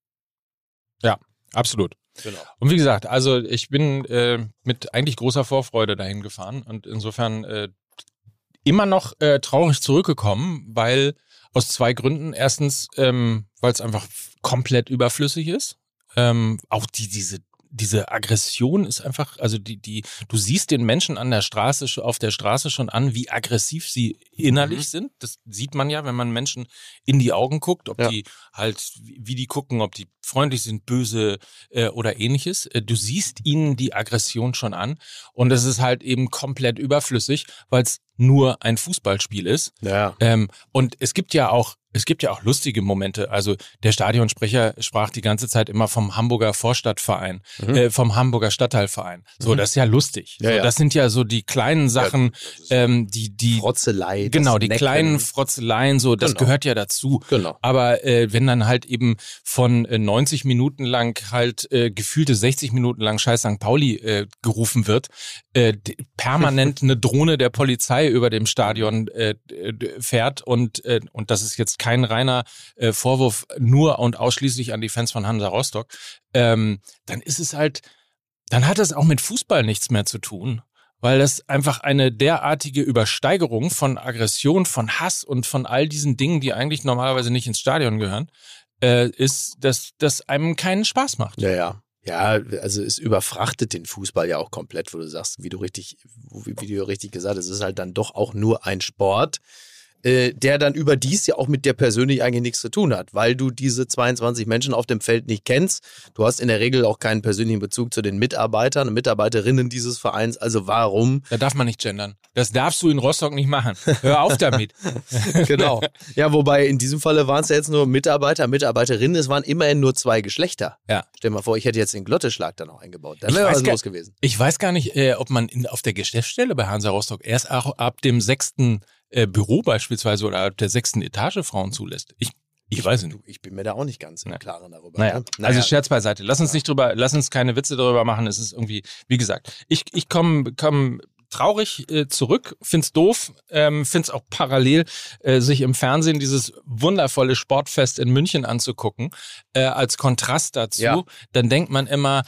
Ja, absolut. Genau. Und wie gesagt, also ich bin äh, mit eigentlich großer Vorfreude dahin gefahren und insofern äh, immer noch äh, traurig zurückgekommen, weil aus zwei Gründen. Erstens, ähm, weil es einfach komplett überflüssig ist. Ähm, auch die, diese diese Aggression ist einfach, also die, die, du siehst den Menschen an der Straße, auf der Straße schon an, wie aggressiv sie innerlich mhm. sind. Das sieht man ja, wenn man Menschen in die Augen guckt, ob ja. die halt, wie die gucken, ob die freundlich sind, böse äh, oder ähnliches. Äh, du siehst ihnen die Aggression schon an und es ist halt eben komplett überflüssig, weil es nur ein Fußballspiel ist. Ja. Ähm, und es gibt ja auch Es gibt ja auch lustige Momente. Also der Stadionsprecher sprach die ganze Zeit immer vom Hamburger Vorstadtverein, mhm. äh, vom Hamburger Stadtteilverein. So, mhm. das ist ja lustig. Ja, so, ja. Das sind ja so die kleinen Sachen, ja, ähm, die die Frotzelei. Genau, die Necken. kleinen Frotzeleien. So, das genau. gehört ja dazu. Genau. Aber äh, wenn dann halt eben von äh, neunzig Minuten lang halt äh, gefühlte sechzig Minuten lang Scheiß Sankt Pauli äh, gerufen wird, äh, d- permanent eine Drohne der Polizei über dem Stadion äh, fährt und äh, und das ist jetzt kein reiner äh, Vorwurf nur und ausschließlich an die Fans von Hansa Rostock, ähm, dann ist es halt, dann hat das auch mit Fußball nichts mehr zu tun, weil das einfach eine derartige Übersteigerung von Aggression, von Hass und von all diesen Dingen, die eigentlich normalerweise nicht ins Stadion gehören, äh, ist, dass das einem keinen Spaß macht. Ja, ja. Ja, also es überfrachtet den Fußball ja auch komplett, wo du sagst, wie du richtig, wie, wie du richtig gesagt hast, es ist halt dann doch auch nur ein Sport, äh, der dann überdies ja auch mit dir persönlich eigentlich nichts zu tun hat, weil du diese zweiundzwanzig Menschen auf dem Feld nicht kennst. Du hast in der Regel auch keinen persönlichen Bezug zu den Mitarbeitern und Mitarbeiterinnen dieses Vereins, also warum? Da darf man nicht gendern. Das darfst du in Rostock nicht machen. Hör auf damit. Genau. Ja, wobei in diesem Falle waren es ja jetzt nur Mitarbeiter, Mitarbeiterinnen, es waren immerhin nur zwei Geschlechter. Ja. Stell dir mal vor, ich hätte jetzt den Glotteschlag da noch eingebaut. Dann wäre was los gewesen. Ich weiß gar nicht, äh, ob man in, auf der Geschäftsstelle bei Hansa Rostock erst auch ab dem sechsten äh, Büro beispielsweise oder ab der sechsten Etage Frauen zulässt. Ich Ich weiß nicht. Ich bin mir da auch nicht ganz im ja. Klaren darüber. Naja. Ne? Naja. Also Scherz beiseite. Lass uns nicht drüber, lass uns keine Witze darüber machen. Es ist irgendwie, wie gesagt, ich, ich komme komm traurig äh, zurück, find's doof, ähm, find's auch parallel, äh, sich im Fernsehen dieses wundervolle Sportfest in München anzugucken, äh, als Kontrast dazu. Ja. Dann denkt man immer,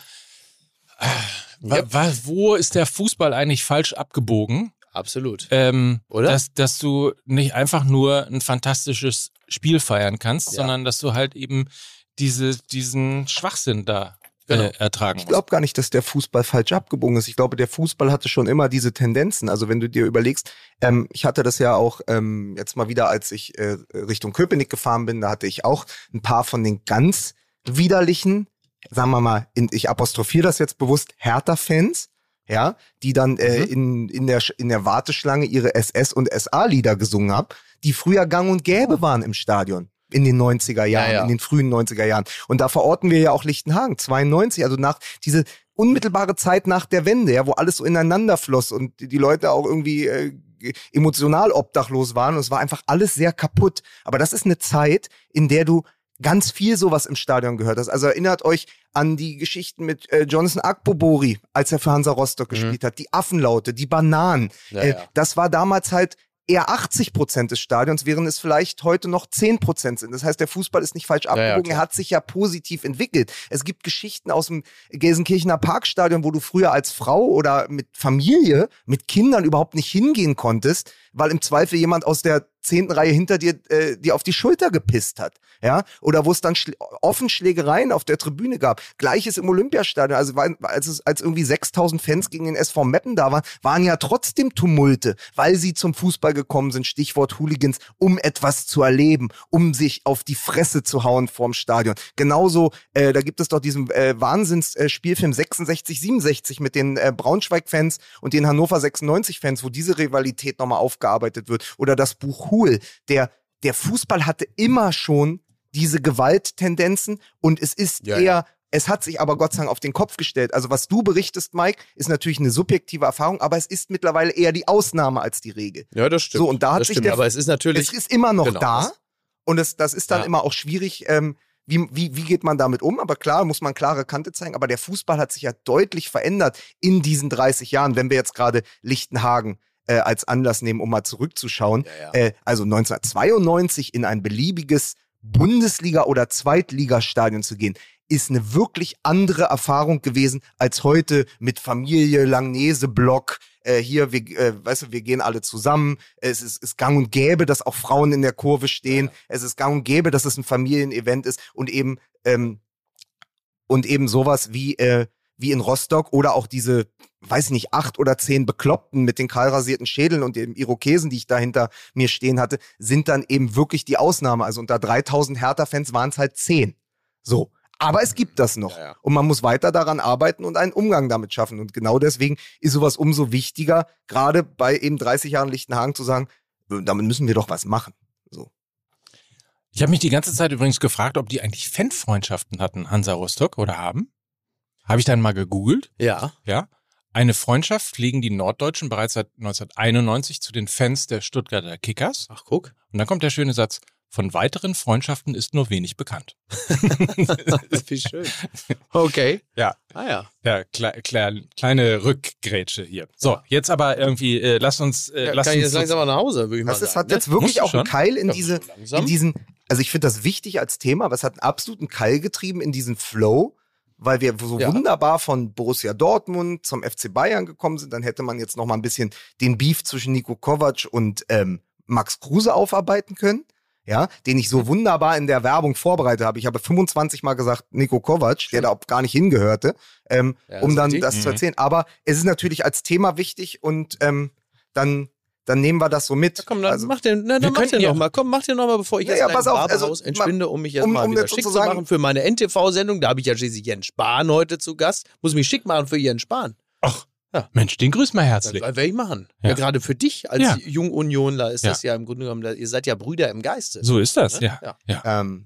äh, wa, Ja. wa, wo ist der Fußball eigentlich falsch abgebogen? Absolut. Ähm, Oder? Dass, dass du nicht einfach nur ein fantastisches Spiel feiern kannst, Ja. sondern dass du halt eben diese, diesen Schwachsinn da Genau. äh, ertragen Ich musst. glaube gar nicht, dass der Fußball falsch abgebogen ist. Ich glaube, der Fußball hatte schon immer diese Tendenzen. Also wenn du dir überlegst, ähm, ich hatte das ja auch ähm, jetzt mal wieder, als ich äh, Richtung Köpenick gefahren bin, da hatte ich auch ein paar von den ganz widerlichen, sagen wir mal, in, ich apostrophiere das jetzt bewusst, Hertha-Fans, ja, die dann äh, Mhm. in, in, der, in der Warteschlange ihre S S- und S A-Lieder gesungen haben, die früher gang und gäbe waren im Stadion. In den neunziger Jahren, Ja, ja. in den frühen neunziger Jahren. Und da verorten wir ja auch Lichtenhagen, zweiundneunzig, also nach diese unmittelbare Zeit nach der Wende, ja, wo alles so ineinander floss und die Leute auch irgendwie äh, emotional obdachlos waren und es war einfach alles sehr kaputt. Aber das ist eine Zeit, in der du ganz viel sowas im Stadion gehört hast. Also erinnert euch an die Geschichten mit äh, Jonathan Akpobori, als er für Hansa Rostock Mhm. gespielt hat, die Affenlaute, die Bananen. Ja, äh, ja. Das war damals halt eher achtzig Prozent des Stadions, während es vielleicht heute noch zehn Prozent sind. Das heißt, der Fußball ist nicht falsch ja, abgebogen, klar. er hat sich ja positiv entwickelt. Es gibt Geschichten aus dem Gelsenkirchener Parkstadion, wo du früher als Frau oder mit Familie, mit Kindern überhaupt nicht hingehen konntest, weil im Zweifel jemand aus der zehnten Reihe hinter dir äh, dir auf die Schulter gepisst hat, ja, oder wo es dann schl- offen Schlägereien auf der Tribüne gab. Gleiches im Olympiastadion, also weil, als es als irgendwie sechstausend Fans gegen den S V Meppen da waren, waren ja trotzdem Tumulte, weil sie zum Fußball gekommen sind, Stichwort Hooligans, um etwas zu erleben, um sich auf die Fresse zu hauen vorm Stadion. Genauso, äh, da gibt es doch diesen äh, Wahnsinns-Spielfilm äh, sechsundsechzig siebenundsechzig mit den äh, Braunschweig-Fans und den Hannover sechsundneunzig-Fans, wo diese Rivalität nochmal aufgearbeitet wird. Oder das Buch Hool, der, der Fußball hatte immer schon diese Gewalttendenzen und es ist Ja, eher, ja. es hat sich aber Gott sei Dank auf den Kopf gestellt. Also was du berichtest, Mike, ist natürlich eine subjektive Erfahrung, aber es ist mittlerweile eher die Ausnahme als die Regel. Ja, das stimmt. So, und da hat das sich stimmt. der- Aber es ist natürlich. Es ist immer noch Genau, da das- und es, das ist dann Ja. immer auch schwierig, ähm, wie, wie, wie geht man damit um? Aber klar, muss man klare Kante zeigen, aber der Fußball hat sich ja deutlich verändert in diesen dreißig Jahren, wenn wir jetzt gerade Lichtenhagen äh, als Anlass nehmen, um mal zurückzuschauen. Ja, ja. Äh, also neunzehnhundertzweiundneunzig in ein beliebiges Bundesliga- oder Zweitligastadion zu gehen, ist eine wirklich andere Erfahrung gewesen als heute mit Familie, Langnese, Block. Äh, hier, wir, äh, weißt du, wir gehen alle zusammen. Es ist, ist gang und gäbe, dass auch Frauen in der Kurve stehen. Ja. Es ist gang und gäbe, dass es ein Familienevent ist und eben ähm, und eben sowas wie äh, wie in Rostock oder auch diese, weiß ich nicht, acht oder zehn Bekloppten mit den kahlrasierten Schädeln und den Irokesen, die ich da hinter mir stehen hatte, sind dann eben wirklich die Ausnahme. Also unter dreitausend Hertha-Fans waren es halt zehn. So. Aber es gibt das noch. Ja, ja. Und man muss weiter daran arbeiten und einen Umgang damit schaffen. Und genau deswegen ist sowas umso wichtiger, gerade bei eben dreißig Jahren Lichtenhagen zu sagen, damit müssen wir doch was machen. So. Ich habe mich die ganze Zeit übrigens gefragt, ob die eigentlich Fanfreundschaften hatten, Hansa Rostock, oder haben. Habe ich dann mal gegoogelt. Ja. Ja. Eine Freundschaft pflegen die Norddeutschen bereits seit neunzehnhunderteinundneunzig zu den Fans der Stuttgarter Kickers. Ach, guck. Und dann kommt der schöne Satz, von weiteren Freundschaften ist nur wenig bekannt. Wie schön. Okay. Ja. Ah ja. Ja, kle kle kleine Rückgrätsche hier. So, jetzt aber irgendwie, äh, lass uns, äh, Ja, lass kann ich uns jetzt langsam mal nach Hause, würde ich mal Das ist, sagen. hat jetzt ne? wirklich Musst du auch einen schon? Keil in Ja, diese, so langsam. in diesen, also ich finde das wichtig als Thema, aber es hat einen absoluten Keil getrieben in diesen Flow, weil wir so Ja. wunderbar von Borussia Dortmund zum F C Bayern gekommen sind. Dann hätte man jetzt noch mal ein bisschen den Beef zwischen Niko Kovac und ähm, Max Kruse aufarbeiten können. Ja, den ich so wunderbar in der Werbung vorbereitet habe. Ich habe fünfundzwanzig Mal gesagt, Niko Kovac, der da auch gar nicht hingehörte, ähm, Ja, um ist dann richtig. das zu Mhm. erzählen. Aber es ist natürlich als Thema wichtig und ähm, dann, dann nehmen wir das so mit. Ja, komm, dann Also, mach den, na, wir dann mach könnten den ja- noch mal. Komm, mach den noch mal, bevor ich Ja, jetzt ja, gleich pass im auf, also, Barberhaus entschwinde, um mich jetzt um- mal um wieder jetzt schick zu sozusagen- machen für meine N T V-Sendung. Da habe ich ja schließlich Jens Spahn heute zu Gast. Muss mich schick machen für Jens Spahn. Ach, Ja. Mensch, den grüß mal Das herzlich. werde ich machen. Ja. Ja. gerade für dich als Ja. Jungunionler ist Ja. das ja im Grunde genommen, ihr seid ja Brüder im Geiste. So ist das, Ne? ja. Ja. ähm,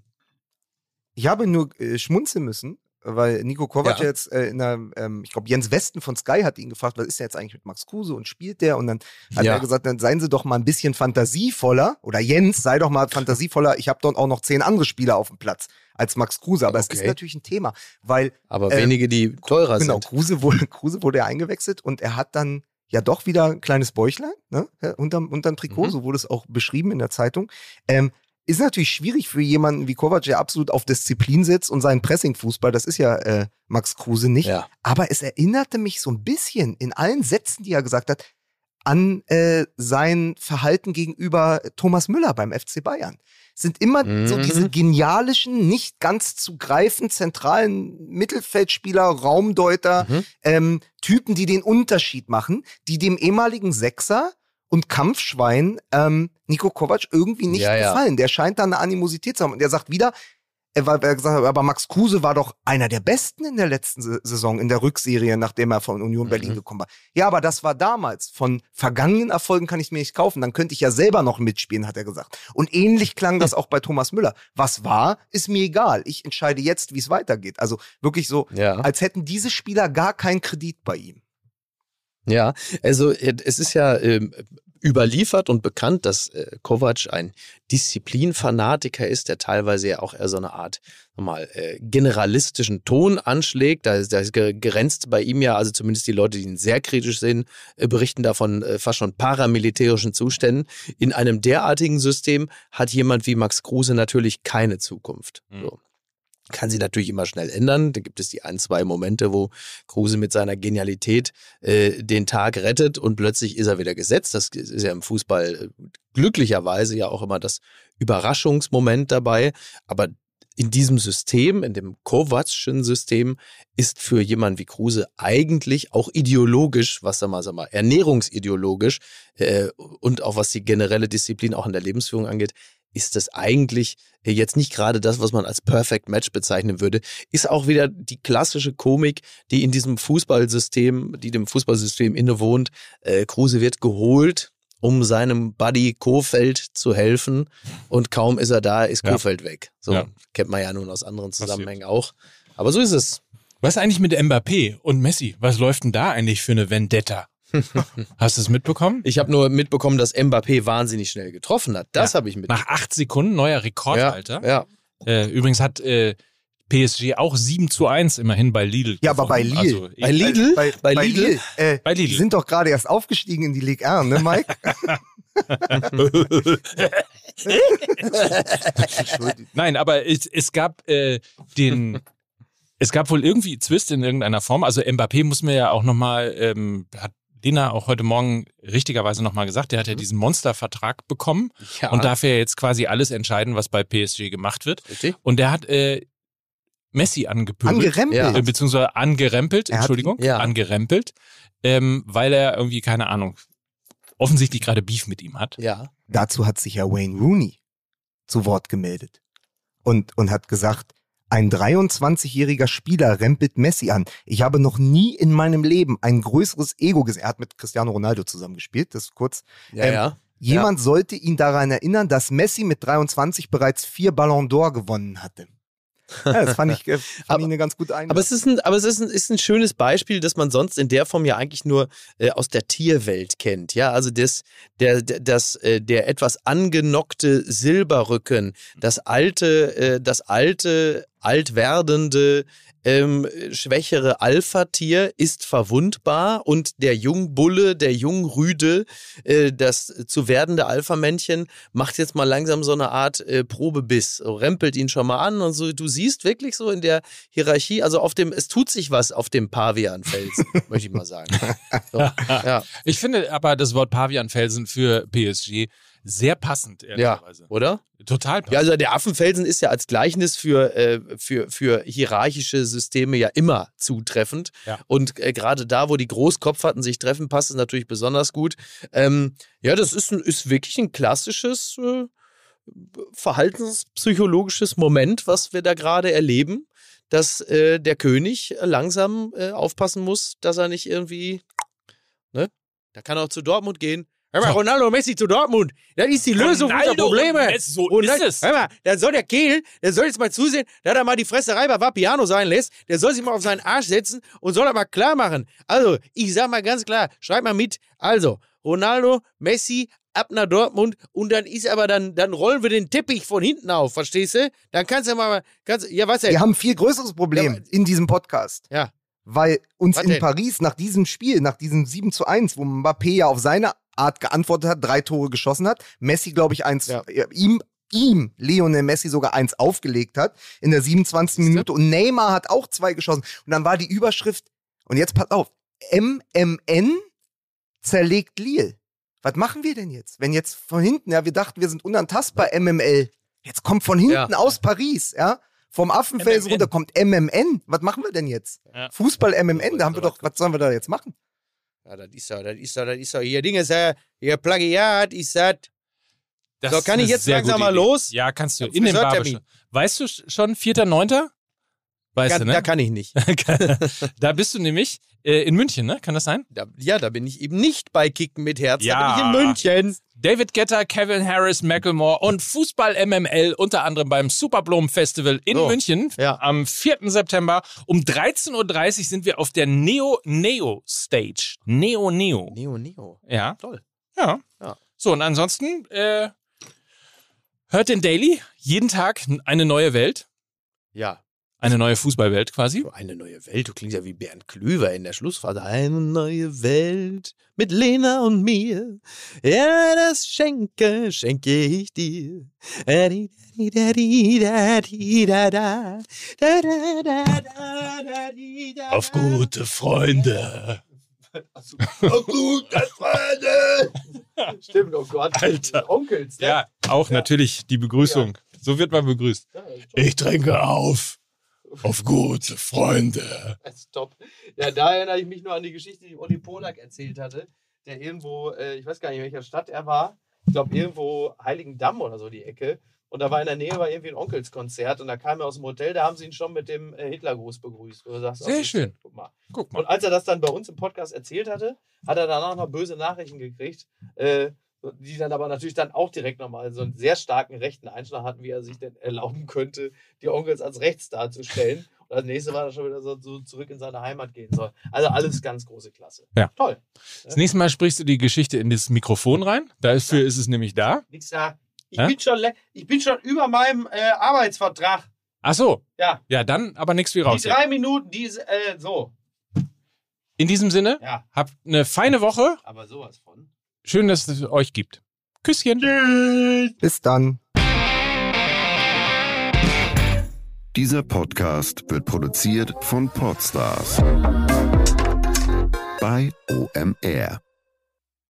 ich habe nur äh, schmunzeln müssen, weil Niko Kovac Ja. jetzt äh, in der, ähm, ich glaube, Jens Westen von Sky hat ihn gefragt, was ist der jetzt eigentlich mit Max Kruse und spielt der? Und dann hat Ja. er gesagt, dann seien Sie doch mal ein bisschen fantasievoller oder Jens, sei doch mal fantasievoller. Ich habe dort auch noch zehn andere Spieler auf dem Platz als Max Kruse. Aber es Okay. ist natürlich ein Thema, weil Aber Ähm, wenige, die teurer genau, sind. Kruse wurde, Kruse wurde ja eingewechselt und er hat dann ja doch wieder ein kleines Bäuchlein, ne? Ja, unterm, unterm Trikot, Mhm. so wurde es auch beschrieben in der Zeitung. Ähm, ist natürlich schwierig für jemanden wie Kovac, der absolut auf Disziplin sitzt und seinen Pressing-Fußball, das ist ja äh, Max Kruse nicht. Ja. Aber es erinnerte mich so ein bisschen in allen Sätzen, die er gesagt hat, an äh, sein Verhalten gegenüber Thomas Müller beim F C Bayern. Es sind immer so Mhm. diese genialischen, nicht ganz zu greifen, zentralen Mittelfeldspieler, Raumdeuter, Mhm. ähm, Typen, die den Unterschied machen, die dem ehemaligen Sechser und Kampfschwein ähm, Niko Kovac irgendwie nicht Ja, ja. gefallen. Der scheint da eine Animosität zu haben. Und der sagt wieder, er war, er gesagt hat, aber Max Kruse war doch einer der Besten in der letzten S- Saison, in der Rückserie, nachdem er von Union Berlin Mhm. gekommen war. Ja, aber das war damals. Von vergangenen Erfolgen kann ich mir nicht kaufen. Dann könnte ich ja selber noch mitspielen, hat er gesagt. Und ähnlich klang das auch bei Thomas Müller. Was war, ist mir egal. Ich entscheide jetzt, wie es weitergeht. Also wirklich so, Ja. als hätten diese Spieler gar keinen Kredit bei ihm. Ja, also äh, es ist ja ähm, überliefert und bekannt, dass äh, Kovac ein Disziplinfanatiker ist, der teilweise ja auch eher so eine Art nochmal äh, generalistischen Ton anschlägt. Da ist, da ist ge- grenzt bei ihm ja, also zumindest die Leute, die ihn sehr kritisch sehen, äh, berichten davon äh, fast schon paramilitärischen Zuständen. In einem derartigen System hat jemand wie Max Kruse natürlich keine Zukunft. Mhm. So. Kann sich natürlich immer schnell ändern. Da gibt es die ein, zwei Momente, wo Kruse mit seiner Genialität äh, den Tag rettet und plötzlich ist er wieder gesetzt. Das ist ja im Fußball glücklicherweise ja auch immer das Überraschungsmoment dabei. Aber in diesem System, in dem Kovačschen System, ist für jemanden wie Kruse eigentlich auch ideologisch, was sag mal, sag mal, ernährungsideologisch äh, und auch was die generelle Disziplin auch in der Lebensführung angeht, ist das eigentlich jetzt nicht gerade das, was man als Perfect Match bezeichnen würde, ist auch wieder die klassische Komik, die in diesem Fußballsystem, die dem Fußballsystem innewohnt. Äh, Kruse wird geholt, um seinem Buddy Kohfeldt zu helfen und kaum ist er da, ist Kohfeldt ja. weg. So ja. kennt man ja nun aus anderen Zusammenhängen auch. Aber so ist es. Was ist eigentlich mit Mbappé und Messi? Was läuft denn da eigentlich für eine Vendetta? Hast du es mitbekommen? Ich habe nur mitbekommen, dass Mbappé wahnsinnig schnell getroffen hat. Das ja. habe ich mitbekommen. Nach acht Sekunden, neuer Rekordhalter. Ja, ja. Äh, übrigens hat äh, P S G auch sieben zu eins immerhin bei Lidl. Ja, aber bei Lille. Also, bei Lidl? Bei, bei, bei Lidl? Äh, bei Lidl. Die sind doch gerade erst aufgestiegen in die Ligue eins, ne, Mike? Nein, aber es, es gab äh, den... Es gab wohl irgendwie Zwist in irgendeiner Form. Also Mbappé muss mir ja auch nochmal, ähm, hat Lena auch heute Morgen richtigerweise nochmal gesagt, der hat ja diesen Monstervertrag bekommen ja. und darf ja jetzt quasi alles entscheiden, was bei P S G gemacht wird. Richtig. Und der hat äh, Messi angepöbelt. Angerempelt. Ja. Äh, beziehungsweise angerempelt, Er hat- Entschuldigung, ja. angerempelt, ähm, weil er irgendwie, keine Ahnung, offensichtlich gerade Beef mit ihm hat. Ja. Dazu hat sich ja Wayne Rooney zu Wort gemeldet und, und hat gesagt, ein dreiundzwanzigjähriger Spieler rempelt Messi an. Ich habe noch nie in meinem Leben ein größeres Ego gesehen. Er hat mit Cristiano Ronaldo zusammengespielt, das ist kurz. Ja, Ähm, ja. Jemand sollte ihn daran erinnern, dass Messi mit dreiundzwanzig bereits vier Ballon d'Or gewonnen hatte. Ja, das fand ich, äh, fand Aber- ich eine ganz gute Einladung. Aber es ist ein, aber es ist ein, ist ein schönes Beispiel, das man sonst in der Form ja eigentlich nur äh, aus der Tierwelt kennt. Ja, also das, der, der, das, äh, der etwas angenockte Silberrücken, das alte, äh, das alte, altwerdende, ähm, schwächere Alpha-Tier ist verwundbar und der Jungbulle, der Jungrüde, äh, das zu werdende Alpha-Männchen macht jetzt mal langsam so eine Art äh, Probebiss, so, rempelt ihn schon mal an und so. Du siehst wirklich so in der Hierarchie, also auf dem, es tut sich was auf dem Pavianfelsen, möchte ich mal sagen. So, ja. Ich finde aber das Wort Pavianfelsen für P S G sehr passend, ja, ehrlicherweise. oder? Total passend. Ja, also der Affenfelsen ist ja als Gleichnis für, äh, für, für hierarchische Systeme ja immer zutreffend. Ja. Und äh, gerade da, wo die Großkopferten sich treffen, passt es natürlich besonders gut. Ähm, ja, das ist, ein, ist wirklich ein klassisches äh, verhaltenspsychologisches Moment, was wir da gerade erleben, dass äh, der König langsam äh, aufpassen muss, dass er nicht irgendwie, ne? Da kann er auch zu Dortmund gehen. Hör mal, Ronaldo Messi zu Dortmund. Das ist die Lösung unserer Ronaldo Probleme. und Messi, so Und ist dann, es. Hör mal, dann soll der Kehl, der soll jetzt mal zusehen, dass er mal die Fresserei bei Vapiano sein lässt. Der soll sich mal auf seinen Arsch setzen und soll er mal klar machen. Also, ich sag mal ganz klar, schreib mal mit. Also, Ronaldo, Messi, ab nach Dortmund und dann ist aber dann, dann rollen wir den Teppich von hinten auf, verstehst du? Dann kannst du mal, kannst, ja, was denn? Wir haben ein viel größeres Problem Ja, in diesem Podcast. Ja. Weil uns Was in denn? Paris nach diesem Spiel, nach diesem sieben zu eins, wo Mbappé ja auf seine Art geantwortet hat, drei Tore geschossen hat, Messi, glaube ich, eins, Ja. äh, ihm, ihm, Lionel Messi, sogar eins aufgelegt hat in der siebenundzwanzigsten Minute und Neymar hat auch zwei geschossen. Und dann war die Überschrift, und jetzt pass auf, M M N zerlegt Lille. Was machen wir denn jetzt? Wenn jetzt von hinten, ja, wir dachten, wir sind unantastbar, M M L. Jetzt kommt von hinten Ja. aus Paris, ja, vom Affenfelsen M M N. runter kommt M M N. Was machen wir denn jetzt? Ja. Fußball M M N, da haben wir doch, was sollen wir da jetzt machen? Ja, das ist ja, das ist ja, das ist ja, hier Ding ist ja, hier Plagiat ist das. Das So, kann ist ich eine jetzt sehr langsam gute mal Idee. los? Ja, kannst du. Ja, In den Friseurtermin. Barbershop. Weißt du schon, vierter neunter Weißt Ja, du, ne? Da kann ich nicht. Da bist du nämlich äh, in München, ne? Kann das sein? Da, ja, da bin ich eben nicht bei Kicken mit Herz, Ja. da bin ich in München. David Guetta, Kevin Harris, Macklemore und Fußball M M L unter anderem beim Superblom Festival in So, München ja. am vierten September. Um dreizehn Uhr dreißig sind wir auf der Neo Neo Stage. Neo Neo. Neo, Neo. Ja. Toll. Ja. Ja. So, und ansonsten äh, hört den Daily. Jeden Tag eine neue Welt. Ja. Eine neue Fußballwelt quasi. Eine neue Welt, du klingst ja wie Bernd Klüver in der Schlussphase. Eine neue Welt mit Lena und mir. Ja, das schenke, schenke ich dir. Auf gute Freunde. Auf gute Freunde. Stimmt, oh Gott. Alter. Onkels, ne? Ja, auch ja. natürlich die Begrüßung. Ja. So wird man begrüßt. Ja, ich trinke auf. Auf gute Freunde. Top. Ja, da erinnere ich mich nur an die Geschichte, die Olli Polak erzählt hatte, der irgendwo, äh, ich weiß gar nicht, in welcher Stadt er war, ich glaube irgendwo Heiligendamm oder so die Ecke. Und da war in der Nähe war irgendwie ein Onkelskonzert und da kam er aus dem Hotel, da haben sie ihn schon mit dem äh, Hitlergruß begrüßt. Du sagst, Sehr okay, schön. Guck mal. Guck mal. Und als er das dann bei uns im Podcast erzählt hatte, hat er danach noch böse Nachrichten gekriegt, äh, die dann aber natürlich dann auch direkt nochmal so einen sehr starken rechten Einschlag hatten, wie er sich denn erlauben könnte, die Onkels als rechts darzustellen. Und das nächste war dann schon wieder so, so zurück in seine Heimat gehen soll. Also alles ganz große Klasse. Ja. Toll. Das nächste Mal sprichst du die Geschichte in das Mikrofon rein. Dafür ja. ist es nämlich da. Nix da. Ich, ja? bin, schon ich bin schon über meinem äh, Arbeitsvertrag. Ach so. Ja. Ja, dann aber nichts wie raus. Die drei Minuten, die ist, äh, so. In diesem Sinne, ja. habt eine feine Woche. Aber sowas von. Schön, dass es euch gibt. Küsschen. Tschüss. Bis dann. Dieser Podcast wird produziert von Podstars bei O M R.